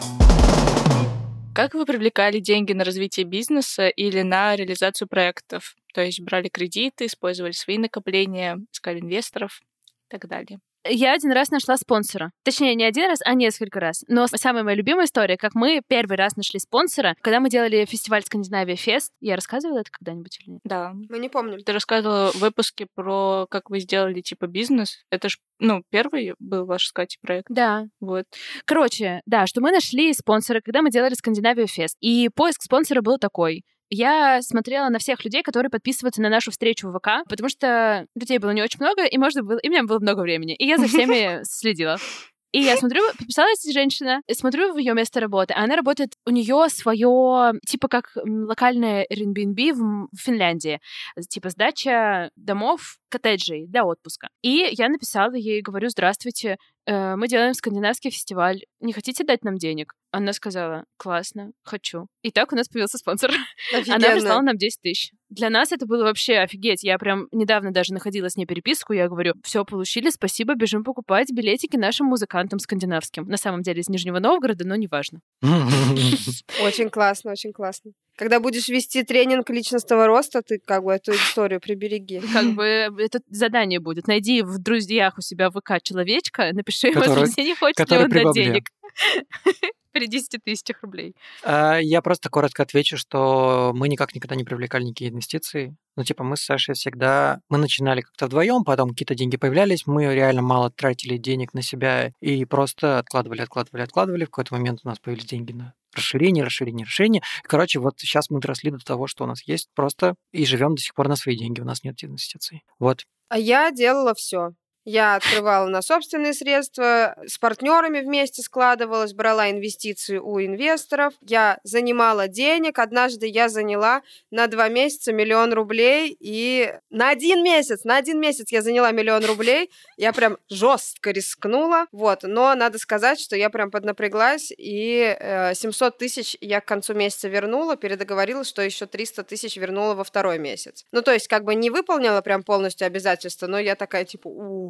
Как вы привлекали деньги на развитие бизнеса или на реализацию проектов? То есть брали кредиты, использовали свои накопления, искали инвесторов и так далее. Я один раз нашла спонсора. Точнее, не один раз, а несколько раз. Но самая моя любимая история, как мы первый раз нашли спонсора, когда мы делали фестиваль Скандинавия Фест. Я рассказывала это когда-нибудь или нет? Да. Мы не помним. Ты рассказывала в выпуске про как вы сделали типа бизнес. Это ж, первый был ваш, кстати, проект. Да. Вот. Короче, да, что мы нашли спонсора, когда мы делали Скандинавию Фест. И поиск спонсора был такой. Я смотрела на всех людей, которые подписываются на нашу встречу в ВК, потому что людей было не очень много, и у меня было много времени. И я за всеми следила. И я смотрю, подписалась женщина, смотрю в ее место работы, а она работает, у нее свое, типа как локальное Airbnb в Финляндии, типа сдача домов, коттеджей для отпуска. И я написала ей, говорю: здравствуйте, мы делаем скандинавский фестиваль, не хотите дать нам денег? Она сказала: классно, хочу. И так у нас появился спонсор. Офигенно. Она прислала нам 10 тысяч. Для нас это было вообще офигеть. Я прям недавно даже находила с ней переписку. Я говорю: все получили, спасибо, бежим покупать билетики нашим музыкантам скандинавским. На самом деле из Нижнего Новгорода, но неважно. Очень классно, очень классно. Когда будешь вести тренинг личностного роста, ты как бы эту историю прибереги. Как бы это задание будет. Найди в друзьях у себя в ВК человечка, напиши ему, Который- спроси, не хочет ли который он при дать бабле. денег. При 10 тысячах рублей. Я просто коротко отвечу, что мы никак никогда не привлекали никакие инвестиции. Ну, типа, мы с Сашей всегда... Мы начинали как-то вдвоем, потом какие-то деньги появлялись, мы реально мало тратили денег на себя и просто откладывали. В какой-то момент у нас появились деньги на расширение. Короче, вот сейчас мы доросли до того, что у нас есть просто, и живем до сих пор на свои деньги, у нас нет инвестиций. Вот. А я делала все. Я открывала на собственные средства, с партнерами вместе складывалась, брала инвестиции у инвесторов. Я занимала денег. Однажды я заняла на 2 месяца 1 000 000 рублей. И на один месяц я заняла 1 000 000 рублей. Я прям жестко рискнула. Вот. Но надо сказать, что я прям поднапряглась. И 700 тысяч я к концу месяца вернула. Передоговорилась, что еще 300 тысяч вернула во 2-й месяц. Ну, то есть, как бы не выполнила прям полностью обязательства, но я такая, типа,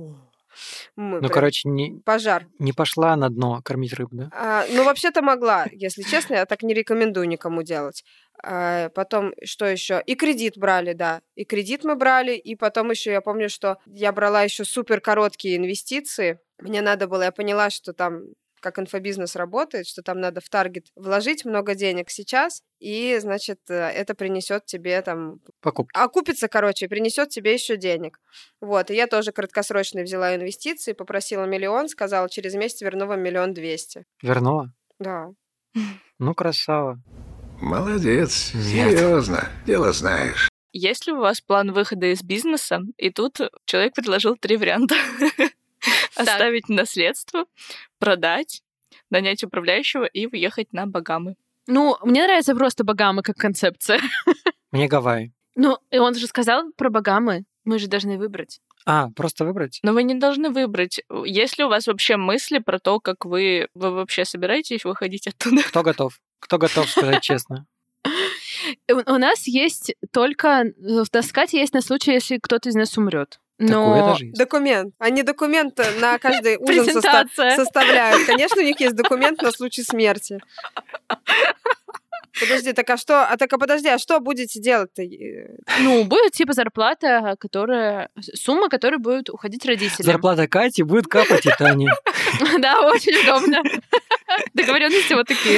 Короче, пожар. не пошла на дно кормить рыбу, да? Ну, вообще-то могла, если честно, я так не рекомендую никому делать. Потом, что еще? И кредит брали, да. И кредит мы брали, и потом еще я помню, что я брала еще супер короткие инвестиции. Мне надо было, я поняла, что там как инфобизнес работает, что там надо в таргет вложить много денег сейчас, и, значит, это принесет тебе там... Покупки. Окупится, короче, принесет тебе еще денег. Вот, и я тоже краткосрочные взяла инвестиции, попросила 1 000 000, сказала, через месяц верну вам 1 200 000. Вернула? Да. Ну, красава. Молодец, серьезно, дело знаешь. Есть ли у вас план выхода из бизнеса? И тут человек предложил 3 варианта. Оставить наследство, продать, нанять управляющего и уехать на Багамы. Ну, мне нравится просто Багамы как концепция. Мне Гавайи. Ну, и он же сказал про Багамы. Мы же должны выбрать. Просто выбрать? Но вы не должны выбрать. Есть ли у вас вообще мысли про то, как вы вообще собираетесь выходить оттуда? Кто готов? Кто готов сказать честно? У нас есть только... В Таскате есть на случай, если кто-то из нас умрет. Такое даже есть. Документ. Они документ на каждый ужин Презентация. составляют. Конечно, у них есть документ на случай смерти. Подожди, подожди, а что будете делать-то? Ну, будет типа зарплата, сумма, которая будет уходить родителям. Зарплата Кати будет капать и Тане. Да, очень удобно. Договоренности вот такие.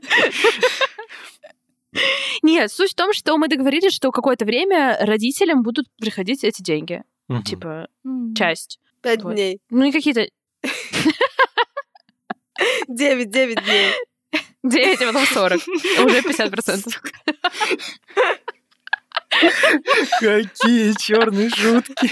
Нет, суть в том, что мы договорились, что какое-то время родителям будут приходить эти деньги. Типа, часть. 5 дней. Ну, и какие-то... 9 дней. 9, а потом 40. Уже 50%. Какие черные шутки.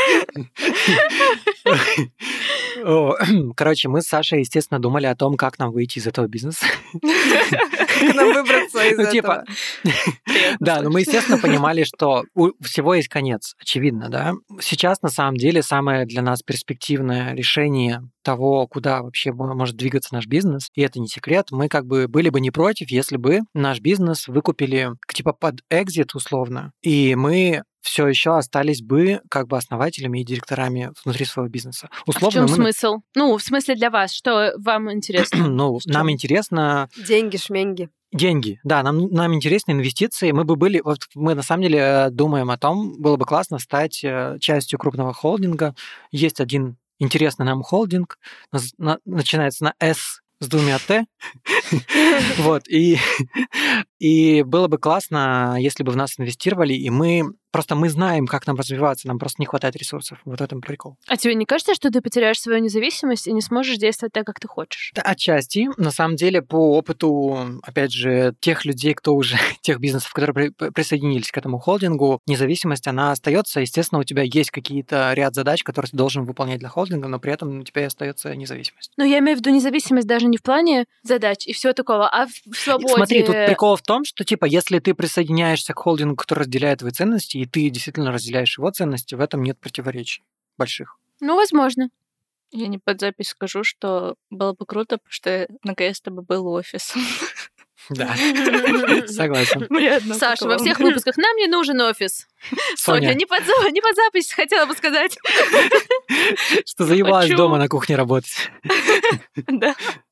Короче, мы с Сашей, естественно, думали о том, как нам выйти из этого бизнеса. Как нам выбраться из этого. Да, но мы, естественно, понимали, что у всего есть конец, очевидно, да. Сейчас, на самом деле, самое для нас перспективное решение того, куда вообще может двигаться наш бизнес, и это не секрет, мы как бы были бы не против, если бы наш бизнес выкупили типа под экзит условно, и мы все еще остались бы как бы основателями и директорами внутри своего бизнеса. Условно, в чем смысл? Ну, в смысле для вас, что вам интересно? Ну, нам интересно... Деньги, шменьги. Деньги, да, нам интересны инвестиции. Мы на самом деле думаем о том, было бы классно стать частью крупного холдинга. Есть один интересный нам холдинг, начинается на «С» с 2 «Т». Вот, и было бы классно, если бы в нас инвестировали, и мы знаем, как нам развиваться, нам просто не хватает ресурсов. Вот в этом прикол. А тебе не кажется, что ты потеряешь свою независимость и не сможешь действовать так, как ты хочешь? Отчасти. На самом деле, по опыту, опять же, тех людей, тех бизнесов, которые присоединились к этому холдингу, независимость, она остается. Естественно, у тебя есть какие-то ряд задач, которые ты должен выполнять для холдинга, но при этом у тебя остается независимость. Ну, я имею в виду независимость даже не в плане задач и всего такого, а в свободе. Смотри, тут прикол в том, что, типа, если ты присоединяешься к холдингу, который разделяет твои ценности, и ты действительно разделяешь его ценности, в этом нет противоречий больших. Ну, возможно. Я не под запись скажу, что было бы круто, потому что наконец-то бы был офис. Да, согласен. Саша, во всех выпусках нам не нужен офис. Соня, не под запись, хотела бы сказать. Что заебалась дома на кухне работать. Да.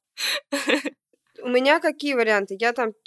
У меня какие варианты? Я там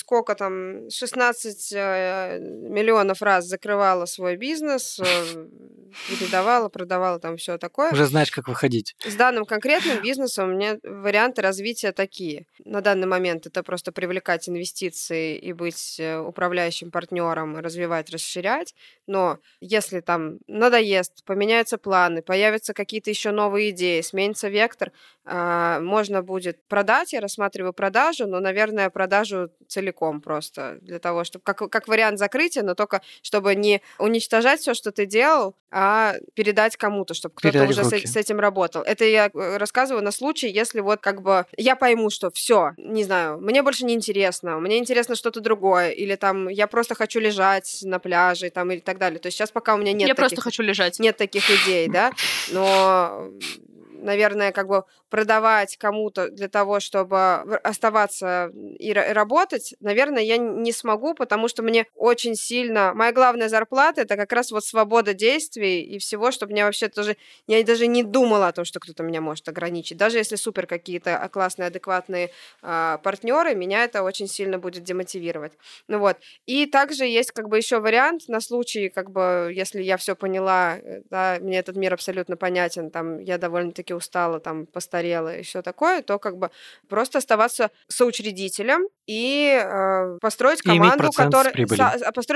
16 миллионов раз закрывала свой бизнес, передавала, продавала, там все такое. Уже знаешь, как выходить. С данным конкретным бизнесом у меня варианты развития такие. На данный момент это просто привлекать инвестиции и быть управляющим партнером, развивать, расширять. Но если там надоест, поменяются планы, появятся какие-то еще новые идеи, сменится вектор, можно будет продать. Я рассматриваю продажу, но, наверное, продажу целиком просто для того, чтобы как вариант закрытия, но только чтобы не уничтожать все, что ты делал, а передать кому-то, чтобы кто-то уже с этим работал. Это я рассказываю на случай, если вот как бы я пойму, что все, не знаю, мне больше не интересно, мне интересно что-то другое, или там я просто хочу лежать на пляже, там, или так далее. То есть сейчас пока у меня нет я просто хочу лежать. Нет таких идей, да, но... наверное, как бы продавать кому-то для того, чтобы оставаться и работать, наверное, я не смогу, потому что мне очень сильно... Моя главная зарплата — это как раз вот свобода действий и всего, чтобы меня вообще тоже... Я даже не думала о том, что кто-то меня может ограничить. Даже если супер какие-то классные, адекватные партнеры, меня это очень сильно будет демотивировать. Ну вот. И также есть как бы еще вариант на случай, как бы, если я все поняла, да, мне этот мир абсолютно понятен, там, я довольно-таки устала, там, постарела и все такое, то как бы просто оставаться соучредителем и построить команду,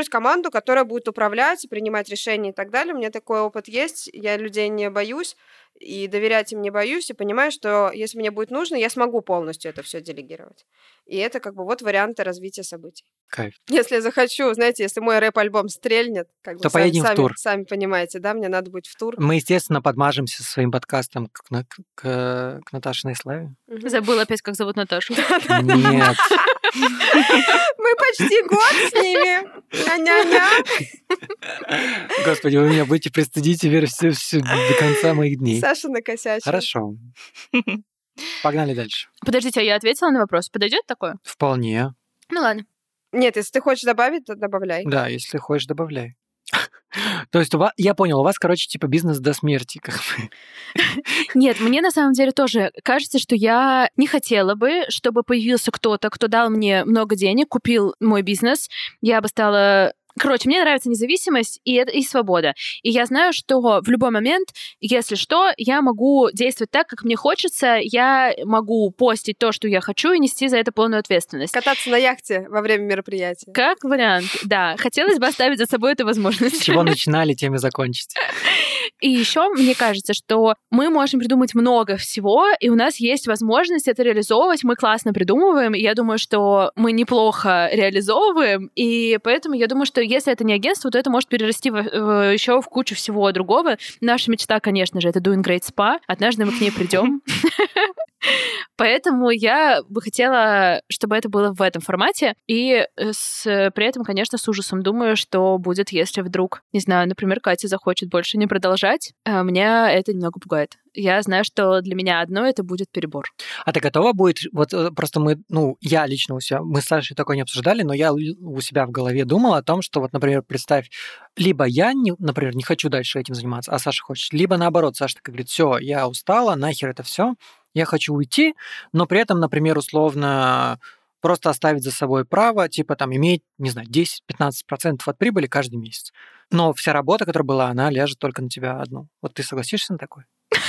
которая будет управлять, принимать решения и так далее. У меня такой опыт есть, я людей не боюсь, и доверять им не боюсь, и понимаю, что если мне будет нужно, я смогу полностью это все делегировать. И это как бы вот варианты развития событий. Кайф. Если я захочу, знаете, если мой рэп-альбом стрельнет, как бы То поедем в тур. Сами понимаете, да, мне надо быть в тур. Мы, естественно, подмажемся со своим подкастом к Наташиной славе. Забыла опять, как зовут Наташу. Нет. Мы почти год с ними. Ня-ня-ня. Господи, вы меня будете пристыдить теперь до конца моих дней. Саша накосячила. Хорошо. Погнали дальше. Подождите, а я ответила на вопрос. Подойдет такое? Вполне. Ну ладно. Нет, если ты хочешь добавить, то добавляй. Да, если хочешь, добавляй. То есть я понял, у вас, короче, типа бизнес до смерти. Как бы. Нет, мне на самом деле тоже кажется, что я не хотела бы, чтобы появился кто-то, кто дал мне много денег, купил мой бизнес. Я бы стала... Короче, мне нравится независимость и свобода. И я знаю, что в любой момент, если что, я могу действовать так, как мне хочется, я могу постить то, что я хочу, и нести за это полную ответственность. Кататься на яхте во время мероприятия. Как вариант, да. Хотелось бы оставить за собой эту возможность. С чего начинали, тем и закончить. И еще мне кажется, что мы можем придумать много всего, и у нас есть возможность это реализовывать. Мы классно придумываем, и я думаю, что мы неплохо реализовываем, и поэтому я думаю, что если это не агентство, то это может перерасти еще в кучу всего другого. Наша мечта, конечно же, это Doing Great Spa. Однажды мы к ней придем. Поэтому я бы хотела, чтобы это было в этом формате. И при этом, конечно, с ужасом думаю, что будет, если вдруг, не знаю, например, Катя захочет больше не продолжать. Меня это немного пугает. Я знаю, что для меня одно это будет перебор. А ты готова будет... Вот просто я лично у себя... Мы с Сашей такое не обсуждали, но я у себя в голове думал о том, что вот, например, представь, либо я, например, не хочу дальше этим заниматься, а Саша хочет, либо наоборот, Саша такая говорит, все, я устала, нахер это все, я хочу уйти, но при этом, например, условно просто оставить за собой право, типа там иметь, не знаю, 10-15% от прибыли каждый месяц. Но вся работа, которая была, она ляжет только на тебя одну. Вот ты согласишься на такое?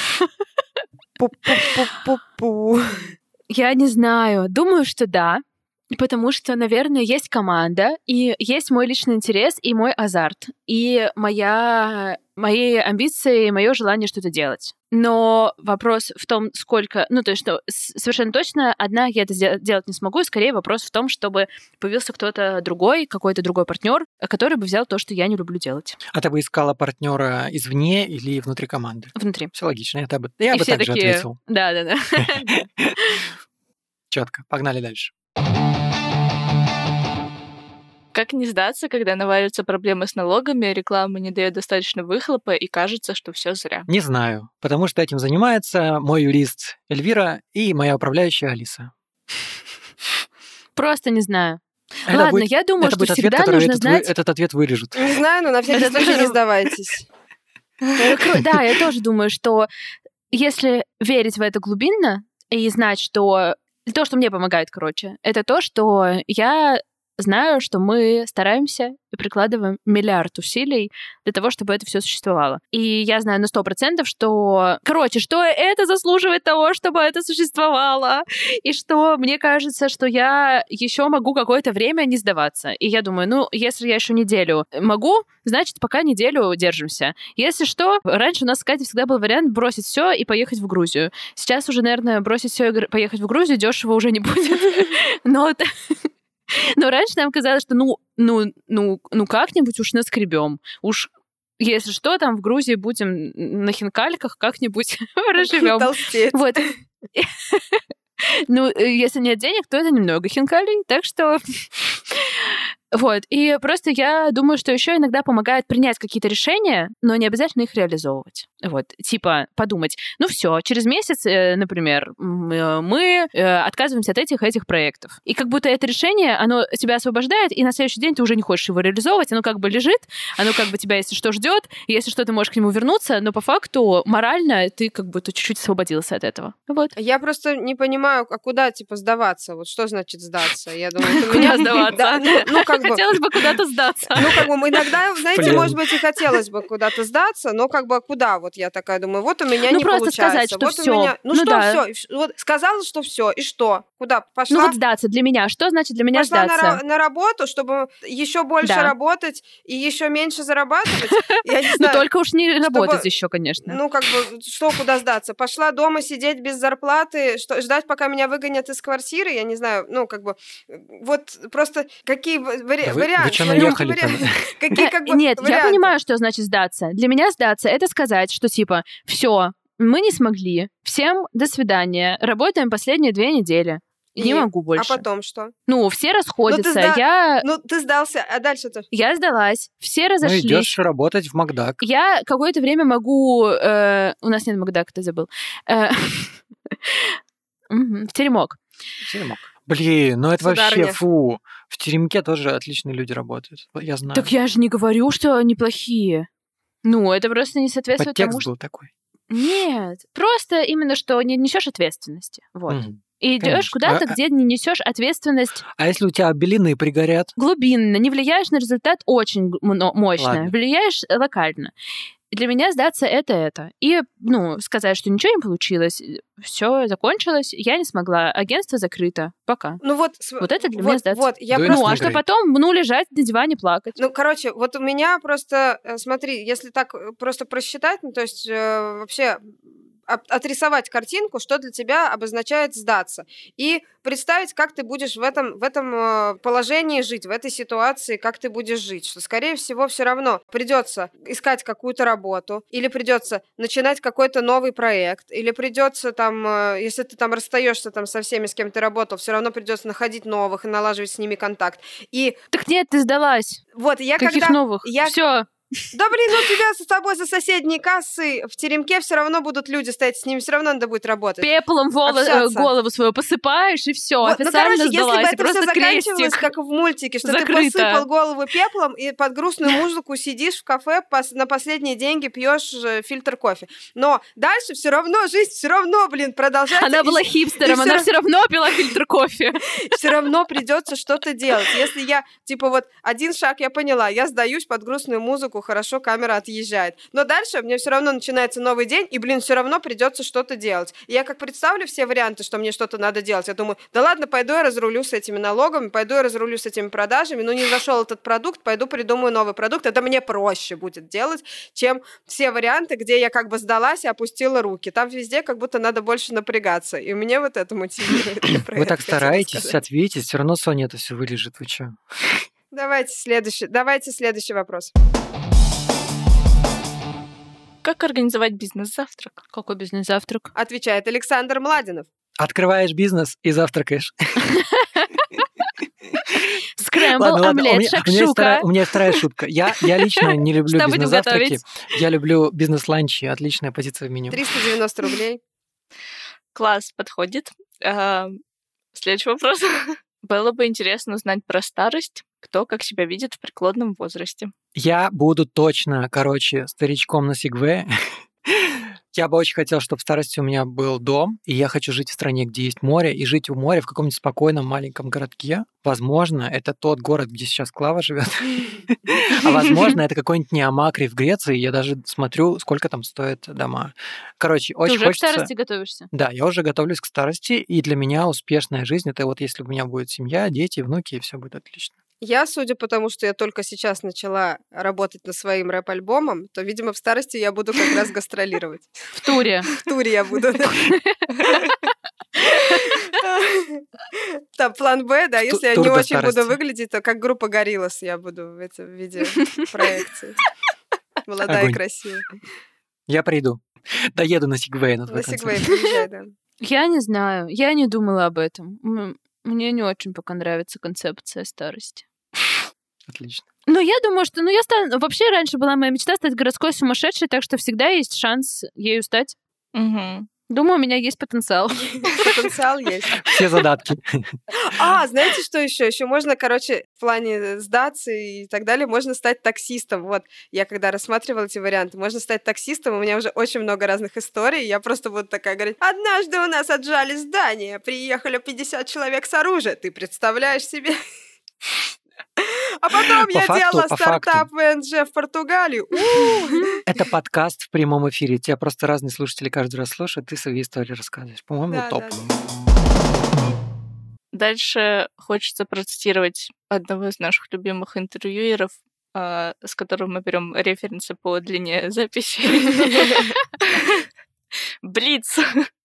Пу-пу-пу-пу-пу. Я не знаю. Думаю, что да. Потому что, наверное, есть команда, и есть мой личный интерес, и мой азарт, и мои амбиции, и мое желание что-то делать. Но вопрос в том, сколько... Ну, то есть, что совершенно точно одна я это делать не смогу, и скорее вопрос в том, чтобы появился кто-то другой, какой-то другой партнер, который бы взял то, что я не люблю делать. А ты бы искала партнера извне или внутри команды? Внутри. Все логично, я бы так же ответил. Да. Четко. Погнали дальше. Как не сдаться, когда наваливаются проблемы с налогами, реклама не дает достаточно выхлопа, и кажется, что все зря? Не знаю, потому что этим занимается мой юрист Эльвира и моя управляющая Алиса. Просто не знаю. Ладно, я думаю, что всегда нужно знать... Этот ответ вырежут. Не знаю, но на всякий случай не сдавайтесь. Да, я тоже думаю, что если верить в это глубинно и знать, что... То, что мне помогает, короче, это то, что я знаю, что мы стараемся и прикладываем миллиард усилий для того, чтобы это все существовало. И я знаю на 100%, что... Короче, что это заслуживает того, чтобы это существовало. И что мне кажется, что я еще могу какое-то время не сдаваться. И я думаю, если я еще неделю могу, значит, пока неделю держимся. Если что, раньше у нас с Катей всегда был вариант бросить все и поехать в Грузию. Сейчас уже, наверное, бросить все и поехать в Грузию дешево уже не будет. Но раньше нам казалось, что как-нибудь уж наскребем. Уж если что, там в Грузии будем на хинкальках как-нибудь проживем. Толстеть. Вот. Если нет денег, то это немного хинкалей, так что... Вот, и просто я думаю, что еще иногда помогает принять какие-то решения, но не обязательно их реализовывать. Вот, типа подумать, все, через месяц, например, мы отказываемся от этих проектов. И как будто это решение, оно тебя освобождает, и на следующий день ты уже не хочешь его реализовывать, оно как бы лежит, оно как бы тебя, если что, ждет, если что, ты можешь к нему вернуться, но по факту морально ты как будто чуть-чуть освободился от этого. Вот. Я просто не понимаю, а куда, сдаваться? Вот что значит сдаться? Я думаю, куда сдаваться? Хотелось бы куда-то сдаться. Иногда, знаете, может быть, и хотелось бы куда-то сдаться, но куда? Вот вот я такая думаю, вот у меня Ну, не просто получается. сказать, что вот всё. У меня... Ну, Ну что да. все? Вот сказала, что все, и что? Куда? Пошла? Ну вот сдаться для меня. Что значит для меня Пошла сдаться? на работу, чтобы еще больше Да. работать и еще меньше зарабатывать? Я не Ну знаю. только уж не чтобы- работать еще, конечно. Ну, как бы, что, куда сдаться? Пошла дома сидеть без зарплаты, ждать, пока меня выгонят из квартиры? Я не знаю, ну, как бы, вот просто какие Да вы варианты? чё Смотрите, наехали-то? Какие, как бы, Нет, я варианты? понимаю, что значит сдаться. Для меня сдаться — это сказать, что типа все, мы не смогли, всем до свидания, работаем последние 2 недели. Не могу больше. А потом что? Ну, все расходятся. сда- Ну, ты сдался, а дальше-то? Я сдалась, все Ну, разошлись. идешь работать в Макдак. Я какое-то время могу... У нас нет Макдака, ты забыл. В теремок. Теремок. Блин, ну это вообще Сударыня. фу. В теремке тоже отличные люди работают. Я знаю. Так я же не говорю, что они плохие. Ну, это просто не соответствует тому, Подтекст что... был такой. Нет, просто именно, что не несешь ответственности. Вот. Мгм. И идешь Конечно. куда-то, где не несешь ответственность А если у тебя белины пригорят? глубинно, не влияешь на результат очень мощно, Ладно. влияешь локально. И для меня сдаться это. И, ну, сказать, что ничего не получилось, все закончилось, я не смогла, агентство закрыто, пока. Ну вот... Вот это для меня сдаться. Вот, я Да и просто... Ну, а не что говори. потом, ну, лежать на диване плакать. Ну, короче, вот у меня просто, смотри, если так просто просчитать, ну, то есть вообще отрисовать картинку, что для тебя обозначает сдаться, и представить, как ты будешь в этом положении жить, в этой ситуации, как ты будешь жить, что, скорее всего, все равно придется искать какую-то работу, или придется начинать какой-то новый проект, или придется там, если ты там расстаешься там со всеми, с кем ты работал, все равно придется находить новых и налаживать с ними контакт. И Так нет, ты сдалась. вот я Каких когда... новых? Все. Да блин, у тебя с тобой за соседней кассой в теремке все равно будут люди стоять, с ними все равно надо будет работать. Пеплом Общаться. голову свою посыпаешь, и все, Вот, ну, официально короче, если бы сдалась. это Просто все заканчивалось, крестик. как в мультике, что Закрыто. ты посыпал голову пеплом и под грустную музыку сидишь в кафе, на последние деньги пьешь фильтр кофе. Но дальше все равно жизнь все равно, блин, продолжается. Она была хипстером, она все равно пила фильтр кофе. Все равно придется что-то делать. Если я, типа, вот один шаг я поняла, я сдаюсь под грустную музыку, хорошо, камера отъезжает. Но дальше мне все равно начинается новый день, и, блин, все равно придется что-то делать. И я как представлю все варианты, что мне что-то надо делать, я думаю, да ладно, пойду я разрулю с этими налогами, пойду я разрулю с этими продажами, ну не зашел этот продукт, пойду придумаю новый продукт. Это мне проще будет делать, чем все варианты, где я как бы сдалась и опустила руки. Там везде как будто надо больше напрягаться. И мне вот это мотивирует. Я про Вы это так хотела стараетесь, сказать. ответить, все равно Соня это все вылежит. Вы чё? Давайте следующий вопрос. Как организовать бизнес-завтрак? Какой бизнес-завтрак? Отвечает Александр Младинов. Открываешь бизнес и завтракаешь. Скрэмбл, омлет, шакшука. У меня есть вторая шутка. Я лично не люблю Что будем бизнес-завтраки. готовить? Я люблю бизнес-ланчи. Отличная позиция в меню. 390 рублей. Класс, подходит. Следующий вопрос. Было бы интересно узнать про старость, кто как себя видит в преклонном возрасте. Я буду точно, старичком на Сигвее. Я бы очень хотел, чтобы в старости у меня был дом, и я хочу жить в стране, где есть море, и жить у моря в каком-нибудь спокойном маленьком городке. Возможно, это тот город, где сейчас Клава живет. А возможно, это какой-нибудь Неомакри в Греции. Я даже смотрю, сколько там стоят дома. Короче, Ты очень уже к хочется... старости готовишься? Да, я уже готовлюсь к старости, и для меня успешная жизнь — это вот если у меня будет семья, дети, внуки, и все будет отлично. Я, судя по тому, что я только сейчас начала работать над своим рэп-альбомом, то, видимо, в старости я буду как раз гастролировать. В туре. В туре я буду. Там план Б, да, если я тур не до очень буду старости. выглядеть, то как группа Гориллас я буду в этом виде проекции. Молодая и Огонь. красивая. Я приду. Доеду на Сигвее на твой На концерт. Сигвей приезжай, да. Я не знаю, я не думала об этом. Мне не очень пока нравится концепция старости. Отлично. Ну, я думаю, что... я стану... Вообще, раньше была моя мечта стать городской сумасшедшей, так что всегда есть шанс ею стать. Угу. Думаю, у меня есть потенциал. Потенциал есть. Все задатки. Знаете, что еще? Еще можно, в плане сдаться и так далее, можно стать таксистом. Вот, я когда рассматривала эти варианты, можно стать таксистом, у меня уже очень много разных историй, я просто буду такая говорить, однажды у нас отжали здание, приехали 50 человек с оружием, ты представляешь себе? А потом я факту, делала по стартап факту. ВНЖ в Португалии. Это подкаст в прямом эфире. Тебя просто разные слушатели каждый раз слушают, ты свои истории рассказываешь. По-моему, Да, топ. да, да. Дальше хочется процитировать одного из наших любимых интервьюеров, с которым мы берем референсы по длине записи. Блиц.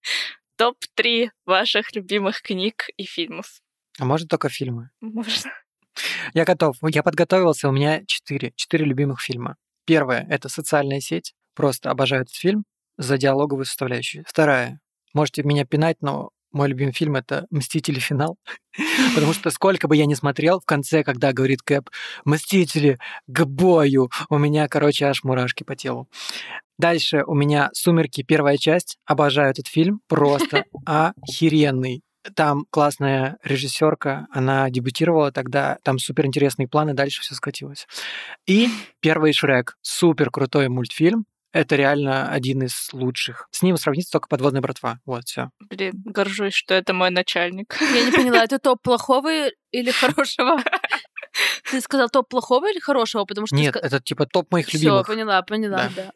Топ-3 ваших любимых книг и фильмов. А может только фильмы? Можно. Я готов. Я подготовился, у меня 4 любимых фильма. Первое — это «Социальная сеть». Просто обожаю этот фильм за диалоговую составляющую. Вторая. Можете меня пинать, но мой любимый фильм — это «Мстители. Финал». Потому что сколько бы я ни смотрел, в конце, когда говорит Кэп «Мстители, к бою!», у меня, короче, аж мурашки по телу. Дальше у меня «Сумерки», первая часть. Обожаю этот фильм. Просто охеренный. Там классная режиссерка, она дебютировала тогда, там суперинтересные планы, дальше все скатилось. И первый «Шрек», супер крутой мультфильм, это реально один из лучших. С ним сравнится только «Подводная братва». Вот, все. Блин, горжусь, что это мой начальник. Я не поняла, это топ плохого или хорошего? Ты сказал топ плохого или хорошего? Потому что Нет, это типа топ моих Все, любимых. поняла, Да. да.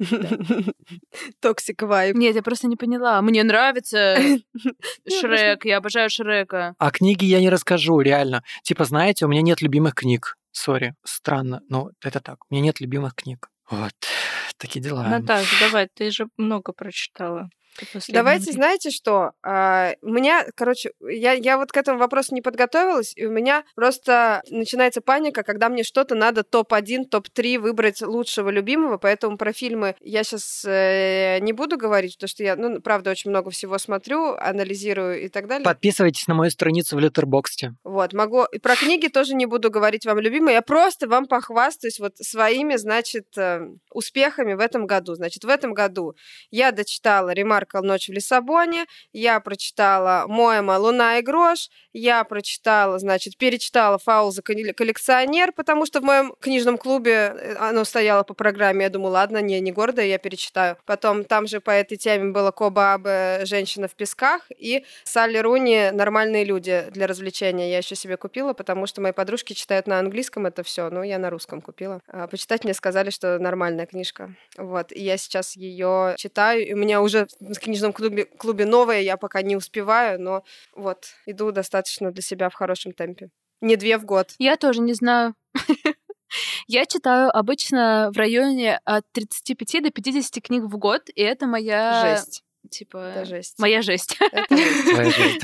Токсик вайб. Нет, я просто не поняла. Мне нравится Шрек, я обожаю Шрека. А книги я не расскажу, реально. Типа, знаете, у меня нет любимых книг. Сори, странно, но это так. У меня нет любимых книг. Вот, такие дела. Наташа, давай, ты же много прочитала. в последнее Давайте, время. знаете что? У меня, короче, я вот к этому вопросу не подготовилась, и у меня просто начинается паника, когда мне что-то надо топ-1, топ-3 выбрать лучшего любимого, поэтому про фильмы я сейчас не буду говорить, потому что я, ну, правда, очень много всего смотрю, анализирую и так далее. Подписывайтесь на мою страницу в Letterboxd. Вот, могу... И про книги тоже не буду говорить вам любимые, я просто вам похвастаюсь вот своими, значит, успехами в этом году. Значит, в этом году я дочитала «Ремаркл. Ночь в Лиссабоне», я прочитала «Моэма. Луна и грош», я прочитала, значит, перечитала «Фаул за коллекционер», потому что в моем книжном клубе оно стояло по программе, я думаю, ладно, не гордая, я перечитаю. Потом там же по этой теме было Коба Абе «Женщина в песках» и Салли Руни «Нормальные люди» для развлечения. Я еще себе купила, потому что мои подружки читают на английском это все, но я на русском купила. Почитать мне сказали, что нормальная книжка. Вот, и я сейчас ее читаю, и у меня уже в книжном клубе новая, я пока не успеваю, но вот, иду достаточно для себя в хорошем темпе. Не 2 в год. Я тоже не знаю. Я читаю обычно в районе от 35 до 50 книг в год, и это моя... Жесть. Типа... Это жесть. Моя жесть. Это жесть. Твоя жизнь.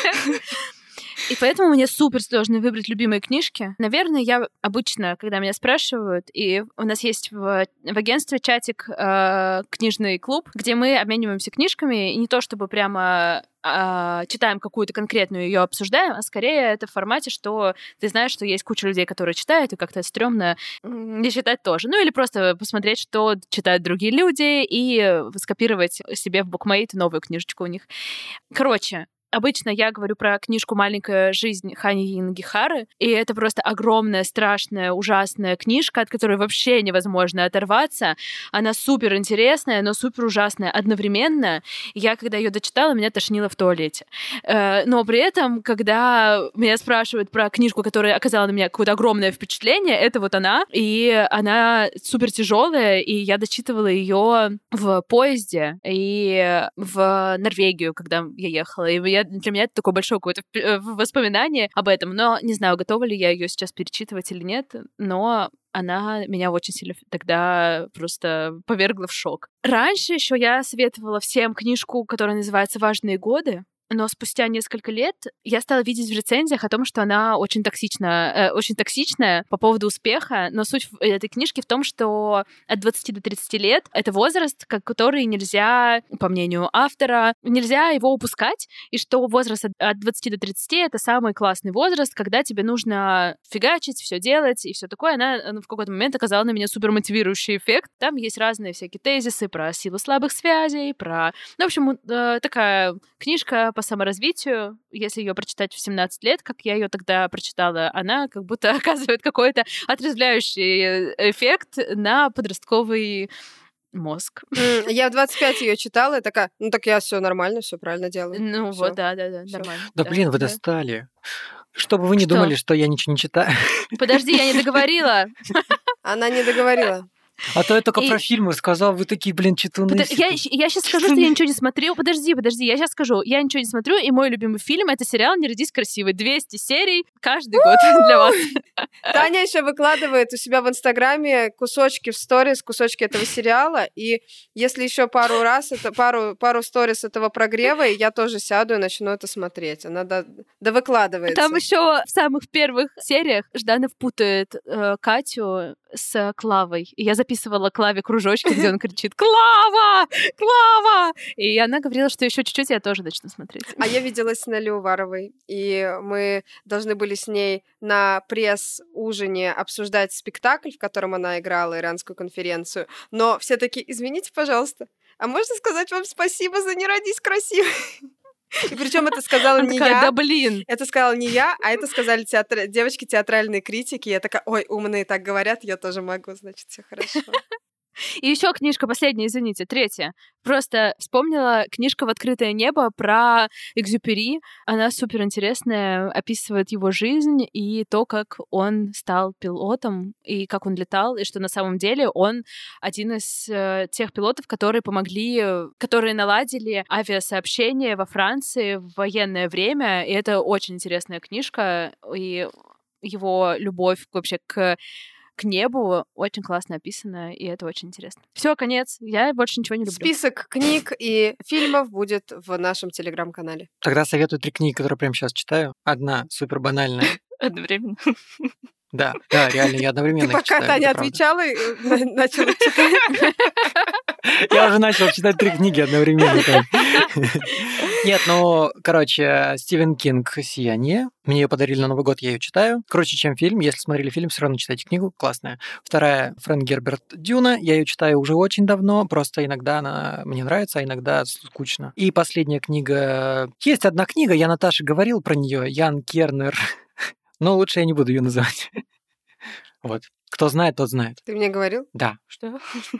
И поэтому мне супер сложно выбрать любимые книжки. Наверное, я обычно, когда меня спрашивают, и у нас есть в агентстве чатик «Книжный клуб», где мы обмениваемся книжками, и не то чтобы прямо читаем какую-то конкретную, ее обсуждаем, а скорее это в формате, что ты знаешь, что есть куча людей, которые читают, и как-то стрёмно не читать тоже. Ну или просто посмотреть, что читают другие люди, и скопировать себе в букмейт новую книжечку у них. Короче, обычно я говорю про книжку «Маленькая жизнь» Хани Ингихары, и это просто огромная, страшная, ужасная книжка, от которой вообще невозможно оторваться. Она супер интересная, но супер ужасная одновременно. Я, когда ее дочитала, меня тошнило в туалете. Но при этом, когда меня спрашивают про книжку, которая оказала на меня какое-то огромное впечатление, это вот она, и она супер тяжелая, и я дочитывала ее в поезде и в Норвегию, когда я ехала. И для меня это такое большое какое-то воспоминание об этом. Но не знаю, готова ли я ее сейчас перечитывать или нет, но она меня очень сильно тогда просто повергла в шок. Раньше еще я советовала всем книжку, которая называется «Важные годы», но спустя несколько лет я стала видеть в рецензиях о том, что она очень токсичная по поводу успеха, но суть этой книжки в том, что от 20 до 30 лет — это возраст, который нельзя, по мнению автора, нельзя его упускать, и что возраст от 20 до 30 — это самый классный возраст, когда тебе нужно фигачить, все делать и все такое. Она в какой-то момент оказала на меня супермотивирующий эффект. Там есть разные всякие тезисы про силу слабых связей, про... Ну, в общем, такая книжка по саморазвитию, если ее прочитать в 17 лет, как я ее тогда прочитала, она как будто оказывает какой-то отрезвляющий эффект на подростковый мозг. Я в 25 ее читала, и такая, ну так я все нормально, все правильно делаю. Ну Всё. вот, да, Всё. нормально. Да блин, вы достали. Чтобы вы не Что? думали, что я ничего не читаю. Подожди, я не договорила. Она не договорила. А то я только И- про фильмы сказал, вы такие, блин, читуны. Я сейчас скажу, что я ничего не смотрю. Подожди, я сейчас скажу. Я ничего не смотрю, и мой любимый фильм — это сериал «Не родись красивой». 200 серий каждый год для вас. Таня еще выкладывает у себя в Инстаграме кусочки в сторис, кусочки этого сериала, и если еще пару сторис этого прогрева, и я тоже сяду и начну это смотреть. Она довыкладывается. Там еще в самых первых сериях Жданов путает Катю с Клавой. И я записывала Клаве кружочки, где он кричит «Клава! Клава!» И она говорила, что еще чуть-чуть я тоже начну смотреть. А я виделась с Нелли Уваровой, и мы должны были с ней на пресс-ужине обсуждать спектакль, в котором она играла, Иранскую конференцию. Но все такие: извините, пожалуйста, а можно сказать вам спасибо за «Не родись красивой»? И причем это сказала Она не такая: я. да блин! Это сказала не я, а это сказали девочки театральные критики. Я такая: ой, умные так говорят, я тоже могу, значит, все хорошо. И еще книжка последняя, извините, третья. Просто вспомнила книжка «В открытое небо» про Экзюпери. Она супер интересная, описывает его жизнь и то, как он стал пилотом, и как он летал, и что на самом деле он один из тех пилотов, которые наладили авиасообщение во Франции в военное время. И это очень интересная книжка, и его любовь вообще к небу очень классно описано, и это очень интересно. Все, конец. Я больше ничего не люблю. Список книг и фильмов будет в нашем телеграм-канале. Тогда советую 3 книги, которые прямо сейчас читаю. Одна супер банальная. Одновременно. Да, реально, я одновременно Ты их пока читаю, Таня это правда. отвечала, начала читать. Я уже начал читать 3 книги одновременно. Нет, короче, Стивен Кинг «Сияние». Мне ее подарили на Новый год, я ее читаю. Круче, чем фильм. Если смотрели фильм, все равно читайте книгу. Классная. Вторая — Фрэнк Герберт «Дюна». Я ее читаю уже очень давно. Просто иногда она мне нравится, а иногда скучно. И последняя книга... Есть одна книга, я Наташе говорил про нее. Ян Кернер. Но лучше я не буду ее называть. Вот. Кто знает, тот знает. Ты мне говорил? Да. Что?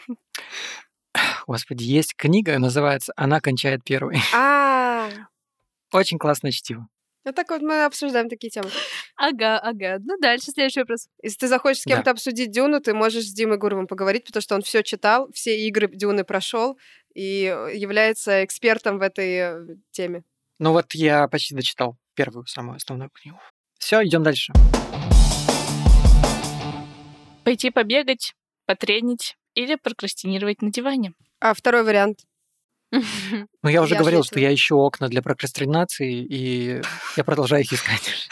Господи, есть книга, называется «Она кончает первой». Очень классное чтиво. Вот так вот мы обсуждаем такие темы. Ага. Ну, дальше следующий вопрос. Если ты захочешь с кем-то обсудить Дюну, ты можешь с Димой Гуровым поговорить, потому что он все читал, все игры Дюны прошел и является экспертом в этой теме. Ну вот я почти дочитал первую, самую основную книгу. Все, идем дальше. Пойти побегать, потренить или прокрастинировать на диване. А второй вариант? Ну, я уже Я говорил, ответила. что я ищу окна для прокрастинации, и я продолжаю их искать.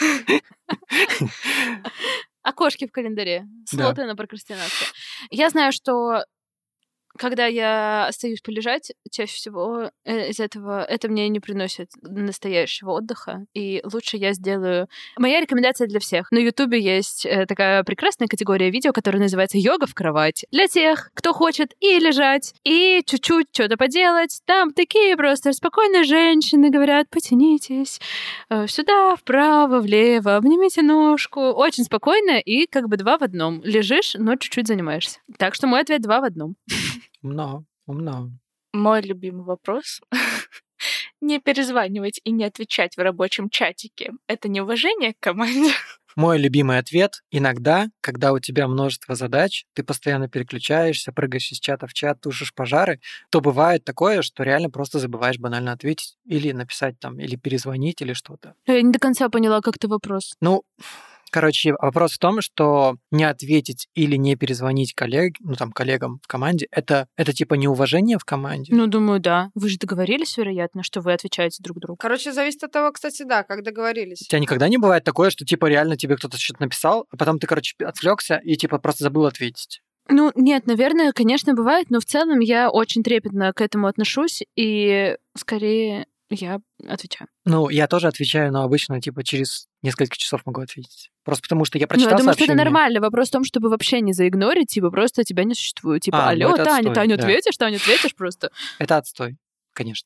Окошки в календаре. Да. Слоты на прокрастинацию. Я знаю, что когда я остаюсь полежать, чаще всего из этого это мне не приносит настоящего отдыха, и лучше я сделаю... Моя рекомендация для всех. На Ютубе есть такая прекрасная категория видео, которая называется «Йога в кровати». Для тех, кто хочет и лежать, и чуть-чуть что-то поделать. Там такие просто спокойные женщины говорят: потянитесь сюда, вправо, влево, обнимите ножку. Очень спокойно и как бы 2 в 1. Лежишь, но чуть-чуть занимаешься. Так что мой ответ 2 в 1. Умно. Мой любимый вопрос. Не перезванивать и не отвечать в рабочем чатике. Это неуважение к команде? Мой любимый ответ: иногда, когда у тебя множество задач, ты постоянно переключаешься, прыгаешь из чата в чат, тушишь пожары, то бывает такое, что реально просто забываешь банально ответить или написать там, или перезвонить, или что-то. Я не до конца поняла, как ты вопрос. Ну, короче, вопрос в том, что не ответить или не перезвонить коллегам в команде, это типа неуважение в команде. Ну, думаю, да. Вы же договорились, вероятно, что вы отвечаете друг другу. Короче, зависит от того, кстати, да, как договорились. У тебя никогда не бывает такое, что типа реально тебе кто-то что-то написал, а потом ты, отвлекся и типа просто забыл ответить? Ну, нет, наверное, конечно, бывает, но в целом я очень трепетно к этому отношусь, и скорее я отвечаю. Ну, я тоже отвечаю, но обычно типа через несколько часов могу ответить. Просто потому что я Ну, прочитал я думаю, что сообщение. это нормально. Вопрос в том, чтобы вообще не заигнорить, типа просто тебя не существует. Типа, Ну, алло, это Таня, отстой, Таню да. ответишь просто. Это отстой, конечно.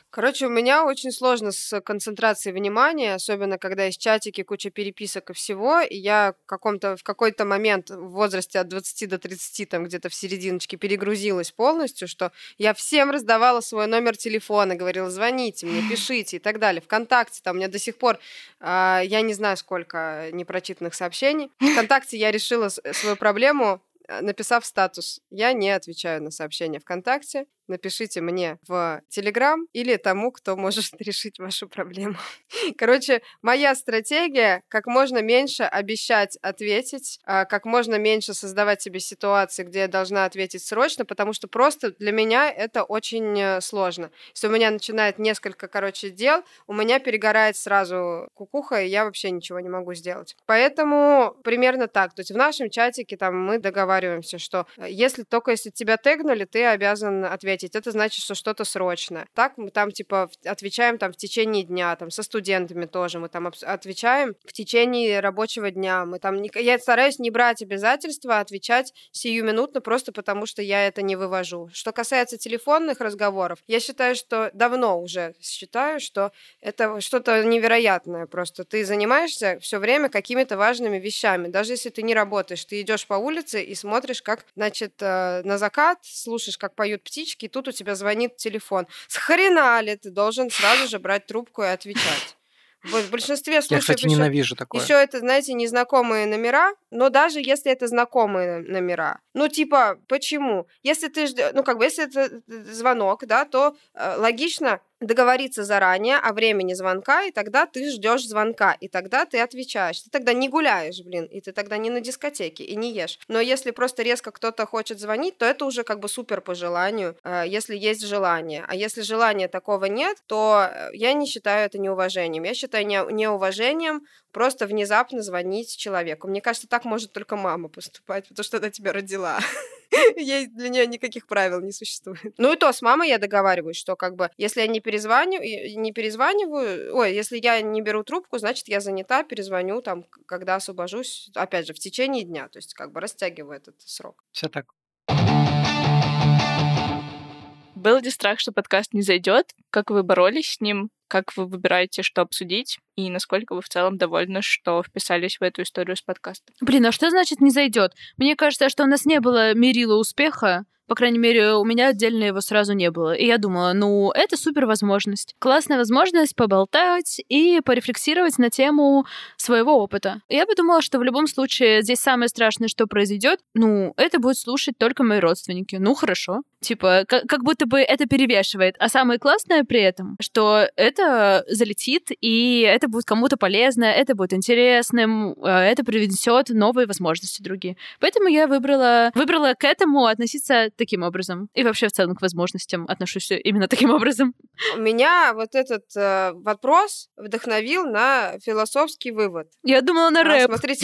Короче, у меня очень сложно с концентрацией внимания, особенно когда есть чатики, куча переписок и всего, и я в какой-то момент в возрасте от 20 до 30, там где-то в серединочке, перегрузилась полностью, что я всем раздавала свой номер телефона, говорила, звоните мне, пишите и так далее. ВКонтакте там у меня до сих пор, я не знаю, сколько непрочитанных сообщений. ВКонтакте я решила свою проблему, написав статус. Я не отвечаю на сообщения ВКонтакте. Напишите мне в Телеграм или тому, кто может решить вашу проблему. Короче, моя стратегия — как можно меньше обещать ответить, как можно меньше создавать себе ситуации, где я должна ответить срочно, потому что просто для меня это очень сложно. Если у меня начинает несколько, дел, у меня перегорает сразу кукуха, и я вообще ничего не могу сделать. Поэтому примерно так. То есть в нашем чатике там мы договариваемся, что если тебя тегнули, ты обязан ответить. Это значит, что что-то срочное. Так мы там, отвечаем там в течение дня, там со студентами тоже мы там отвечаем в течение рабочего дня. Я стараюсь не брать обязательства отвечать сиюминутно, просто потому что я это не вывожу. Что касается телефонных разговоров, я считаю, что это что-то невероятное. Просто ты занимаешься все время какими-то важными вещами. Даже если ты не работаешь, ты идешь по улице и смотришь, как, на закат, слушаешь, как поют птички, и тут у тебя звонит телефон. Схрена ли ты должен сразу же брать трубку и отвечать? В большинстве случаев... Я, кстати, ненавижу такое. Еще это, незнакомые номера, но даже если это знакомые номера. Почему? Если если это звонок, да, то логично договориться заранее о времени звонка, и тогда ты ждешь звонка, и тогда ты отвечаешь. Ты тогда не гуляешь, и ты тогда не на дискотеке, и не ешь. Но если просто резко кто-то хочет звонить, то это уже супер по желанию, если есть желание. А если желания такого нет, то я не считаю это неуважением. Я считаю неуважением просто внезапно звонить человеку. Мне кажется, так может только мама поступать, потому что она тебя родила. Для нее никаких правил не существует. Ну и то, с мамой я договариваюсь, что если я не перезваниваю, если я не беру трубку, значит, я занята, перезвоню там, когда освобожусь, опять же, в течение дня, то есть растягиваю этот срок. Все так. Был ли страх, что подкаст не зайдет? Как вы боролись с ним? Как вы выбираете, что обсудить? И насколько вы в целом довольны, что вписались в эту историю с подкастом? А что значит не зайдет? Мне кажется, что у нас не было мерила успеха. По крайней мере, у меня отдельно его сразу не было. И я думала, это супер возможность. Классная возможность поболтать и порефлексировать на тему своего опыта. И я подумала, что в любом случае здесь самое страшное, что произойдет, это будет слушать только мои родственники. Хорошо. Как будто бы это перевешивает. А самое классное при этом, что это залетит, и это будет кому-то полезно, это будет интересным, это принесет новые возможности другие. Поэтому я выбрала к этому относиться таким образом. И вообще в целом к возможностям отношусь именно таким образом. Меня этот вопрос вдохновил на философский вывод. Я думала на рэп. Смотрите,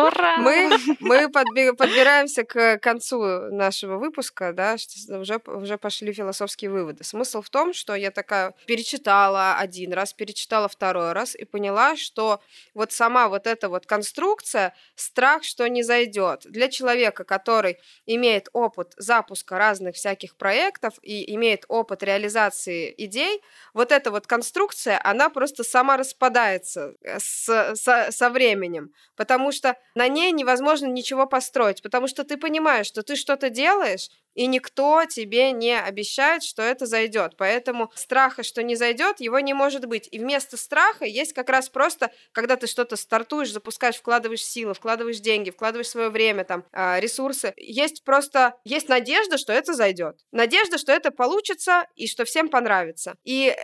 мы подбираемся к концу нашего выпуска, да, уже пошли философские выводы. Смысл в том, что я такая перечитала один раз, перечитала второй раз и поняла, что сама эта конструкция, страх, что не зайдет, для человека, который имеет опыт запуска разных всяких проектов и имеет опыт реализации идей, эта конструкция, она просто сама распадается со временем, потому что на ней невозможно ничего построить, потому что ты понимаешь, что ты что-то делаешь, и никто тебе не обещает, что это зайдет. Поэтому страха, что не зайдет, его не может быть. И вместо страха есть как раз просто, когда ты что-то стартуешь, запускаешь, вкладываешь силы, вкладываешь деньги, вкладываешь свое время, ресурсы. Есть надежда, что это зайдет. Надежда, что это получится и что всем понравится. И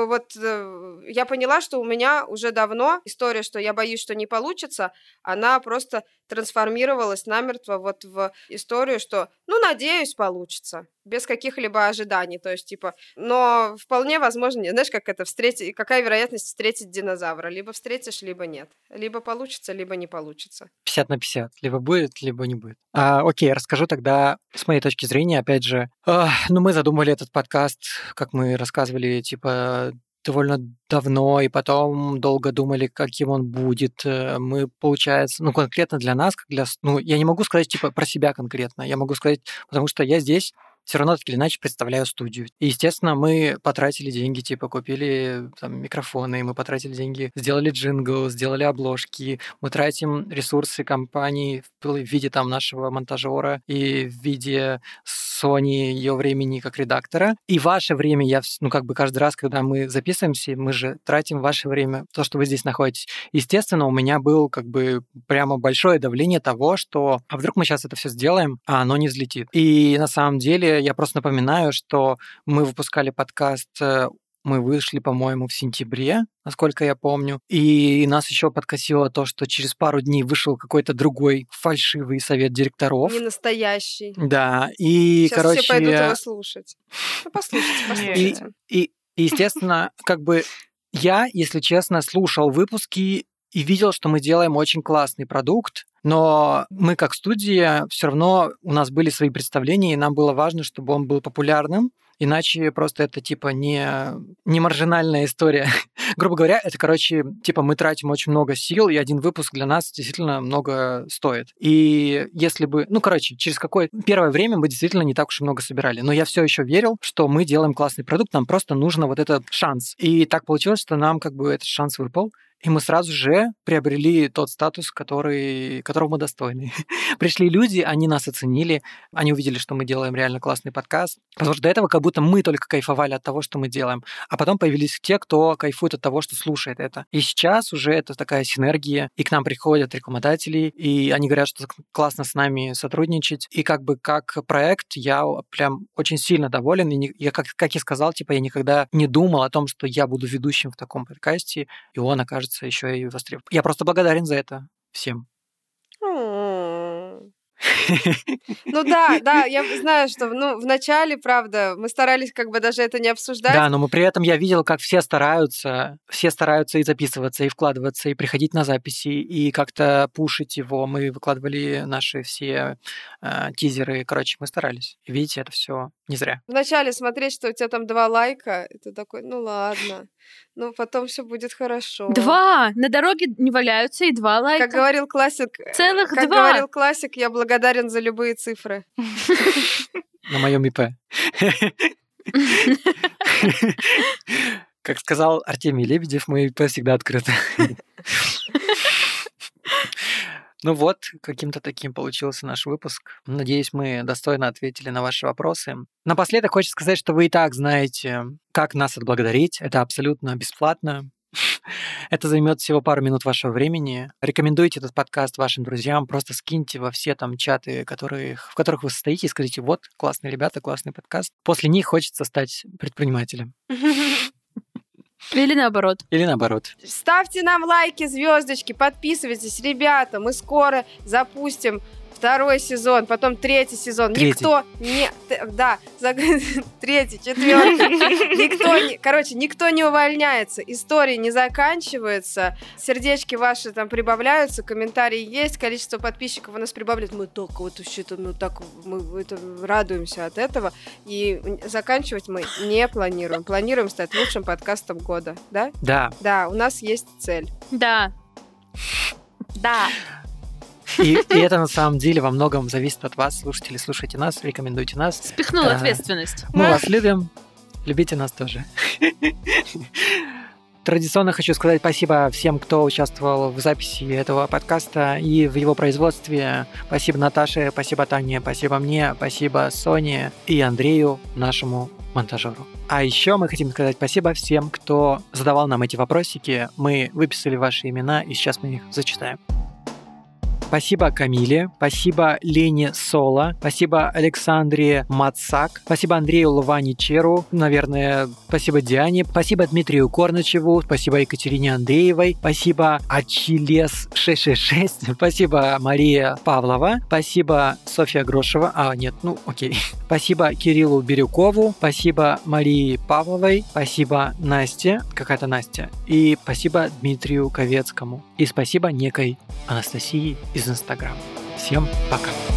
я поняла, что у меня уже давно история, что я боюсь, что не получится, она просто трансформировалась намертво в историю, что, надеюсь, получится, без каких-либо ожиданий, то есть, но вполне возможно, знаешь, какая вероятность встретить динозавра, либо встретишь, либо нет, либо получится, либо не получится. 50/50, либо будет, либо не будет. Окей, расскажу тогда с моей точки зрения, опять же, мы задумали этот подкаст, как мы рассказывали, довольно давно, и потом долго думали, каким он будет. Мы, получается, конкретно для нас, я не могу сказать, про себя конкретно, я могу сказать, потому что я здесь все равно так или иначе представляю студию. И, естественно, мы потратили деньги, купили там микрофоны, мы потратили деньги, сделали джингл, сделали обложки, мы тратим ресурсы компании в виде там нашего монтажера и в виде Сони, ее времени как редактора. И ваше время, каждый раз, когда мы записываемся, мы же тратим ваше время, то, что вы здесь находитесь. Естественно, у меня было прямо большое давление того, что а вдруг мы сейчас это все сделаем, а оно не взлетит. И на самом деле я просто напоминаю, что мы выпускали подкаст, мы вышли, по-моему, в сентябре, насколько я помню, и нас еще подкосило то, что через пару дней вышел какой-то другой фальшивый совет директоров. Не настоящий. Да, и, сейчас все пойдут его слушать. Послушайте. И естественно, я, если честно, слушал выпуски и видел, что мы делаем очень классный продукт, но мы как студия, все равно у нас были свои представления, и нам было важно, чтобы он был популярным, иначе просто это не маржинальная история. Грубо говоря, это, мы тратим очень много сил, и один выпуск для нас действительно много стоит. И если бы, через первое время мы действительно не так уж и много собирали, но я все еще верил, что мы делаем классный продукт, нам просто нужно вот этот шанс. И так получилось, что нам этот шанс выпал. И мы сразу же приобрели тот статус, которого мы достойны. Пришли люди, они нас оценили, они увидели, что мы делаем реально классный подкаст. Потому что до этого как будто мы только кайфовали от того, что мы делаем. А потом появились те, кто кайфует от того, что слушает это. И сейчас уже это такая синергия. И к нам приходят рекламодатели, и они говорят, что классно с нами сотрудничать. И как проект я прям очень сильно доволен. И я, как я сказал, я никогда не думал о том, что я буду ведущим в таком подкасте, и он окажется еще и востребован. Я просто благодарен за это всем. Ну да, я знаю, что в начале, правда, мы старались даже это не обсуждать. Да, но при этом я видел, как все стараются и записываться, и вкладываться, и приходить на записи, и как-то пушить его. Мы выкладывали наши все тизеры, мы старались. И видите, это все не зря. Вначале смотреть, что у тебя там 2 лайка, это такой, ладно. Потом все будет хорошо. 2! На дороге не валяются и 2 лайка. Как говорил классик, целых 2. Я благодарен за любые цифры. На моем ИП. Как сказал Артемий Лебедев, мой ИП всегда открыт. Каким-то таким получился наш выпуск. Надеюсь, мы достойно ответили на ваши вопросы. Напоследок хочется сказать, что вы и так знаете, как нас отблагодарить. Это абсолютно бесплатно. Это займет всего пару минут вашего времени. Рекомендуйте этот подкаст вашим друзьям, просто скиньте во все там чаты, в которых вы состоите, и скажите: вот, классные ребята, классный подкаст. После них хочется стать предпринимателем. Или наоборот. Ставьте нам лайки, звездочки, подписывайтесь, ребята. Мы скоро запустим 2 сезон, потом 3 сезон. 3. Никто не... Да, 3, 4. Никто не увольняется. Истории не заканчиваются. Сердечки ваши там прибавляются, комментарии есть, количество подписчиков у нас прибавляется. Мы только мы радуемся от этого. И заканчивать мы не планируем. Планируем стать лучшим подкастом года. Да? Да. Да, у нас есть цель. Да. И это на самом деле во многом зависит от вас, слушатели. Слушайте нас, рекомендуйте нас. Спихнул ответственность. Мы вас любим, любите нас тоже. Традиционно хочу сказать спасибо всем, кто участвовал в записи этого подкаста и в его производстве. Спасибо Наташе, спасибо Тане, спасибо мне, спасибо Соне и Андрею, нашему монтажеру. А еще мы хотим сказать спасибо всем, кто задавал нам эти вопросики. Мы выписали ваши имена, и сейчас мы их зачитаем. Спасибо Камиле, спасибо Лене Соло, спасибо Александре Мацак, спасибо Андрею Луваничеру, наверное, спасибо Диане, спасибо Дмитрию Корнычеву, спасибо Екатерине Андреевой, спасибо Achilles 666, спасибо Мария Павлова, спасибо Софья Грошева, спасибо Кириллу Бирюкову, спасибо Марии Павловой, спасибо Насте, какая-то Настя, и спасибо Дмитрию Ковецкому, и спасибо некой Анастасии из Инстаграма. Всем пока!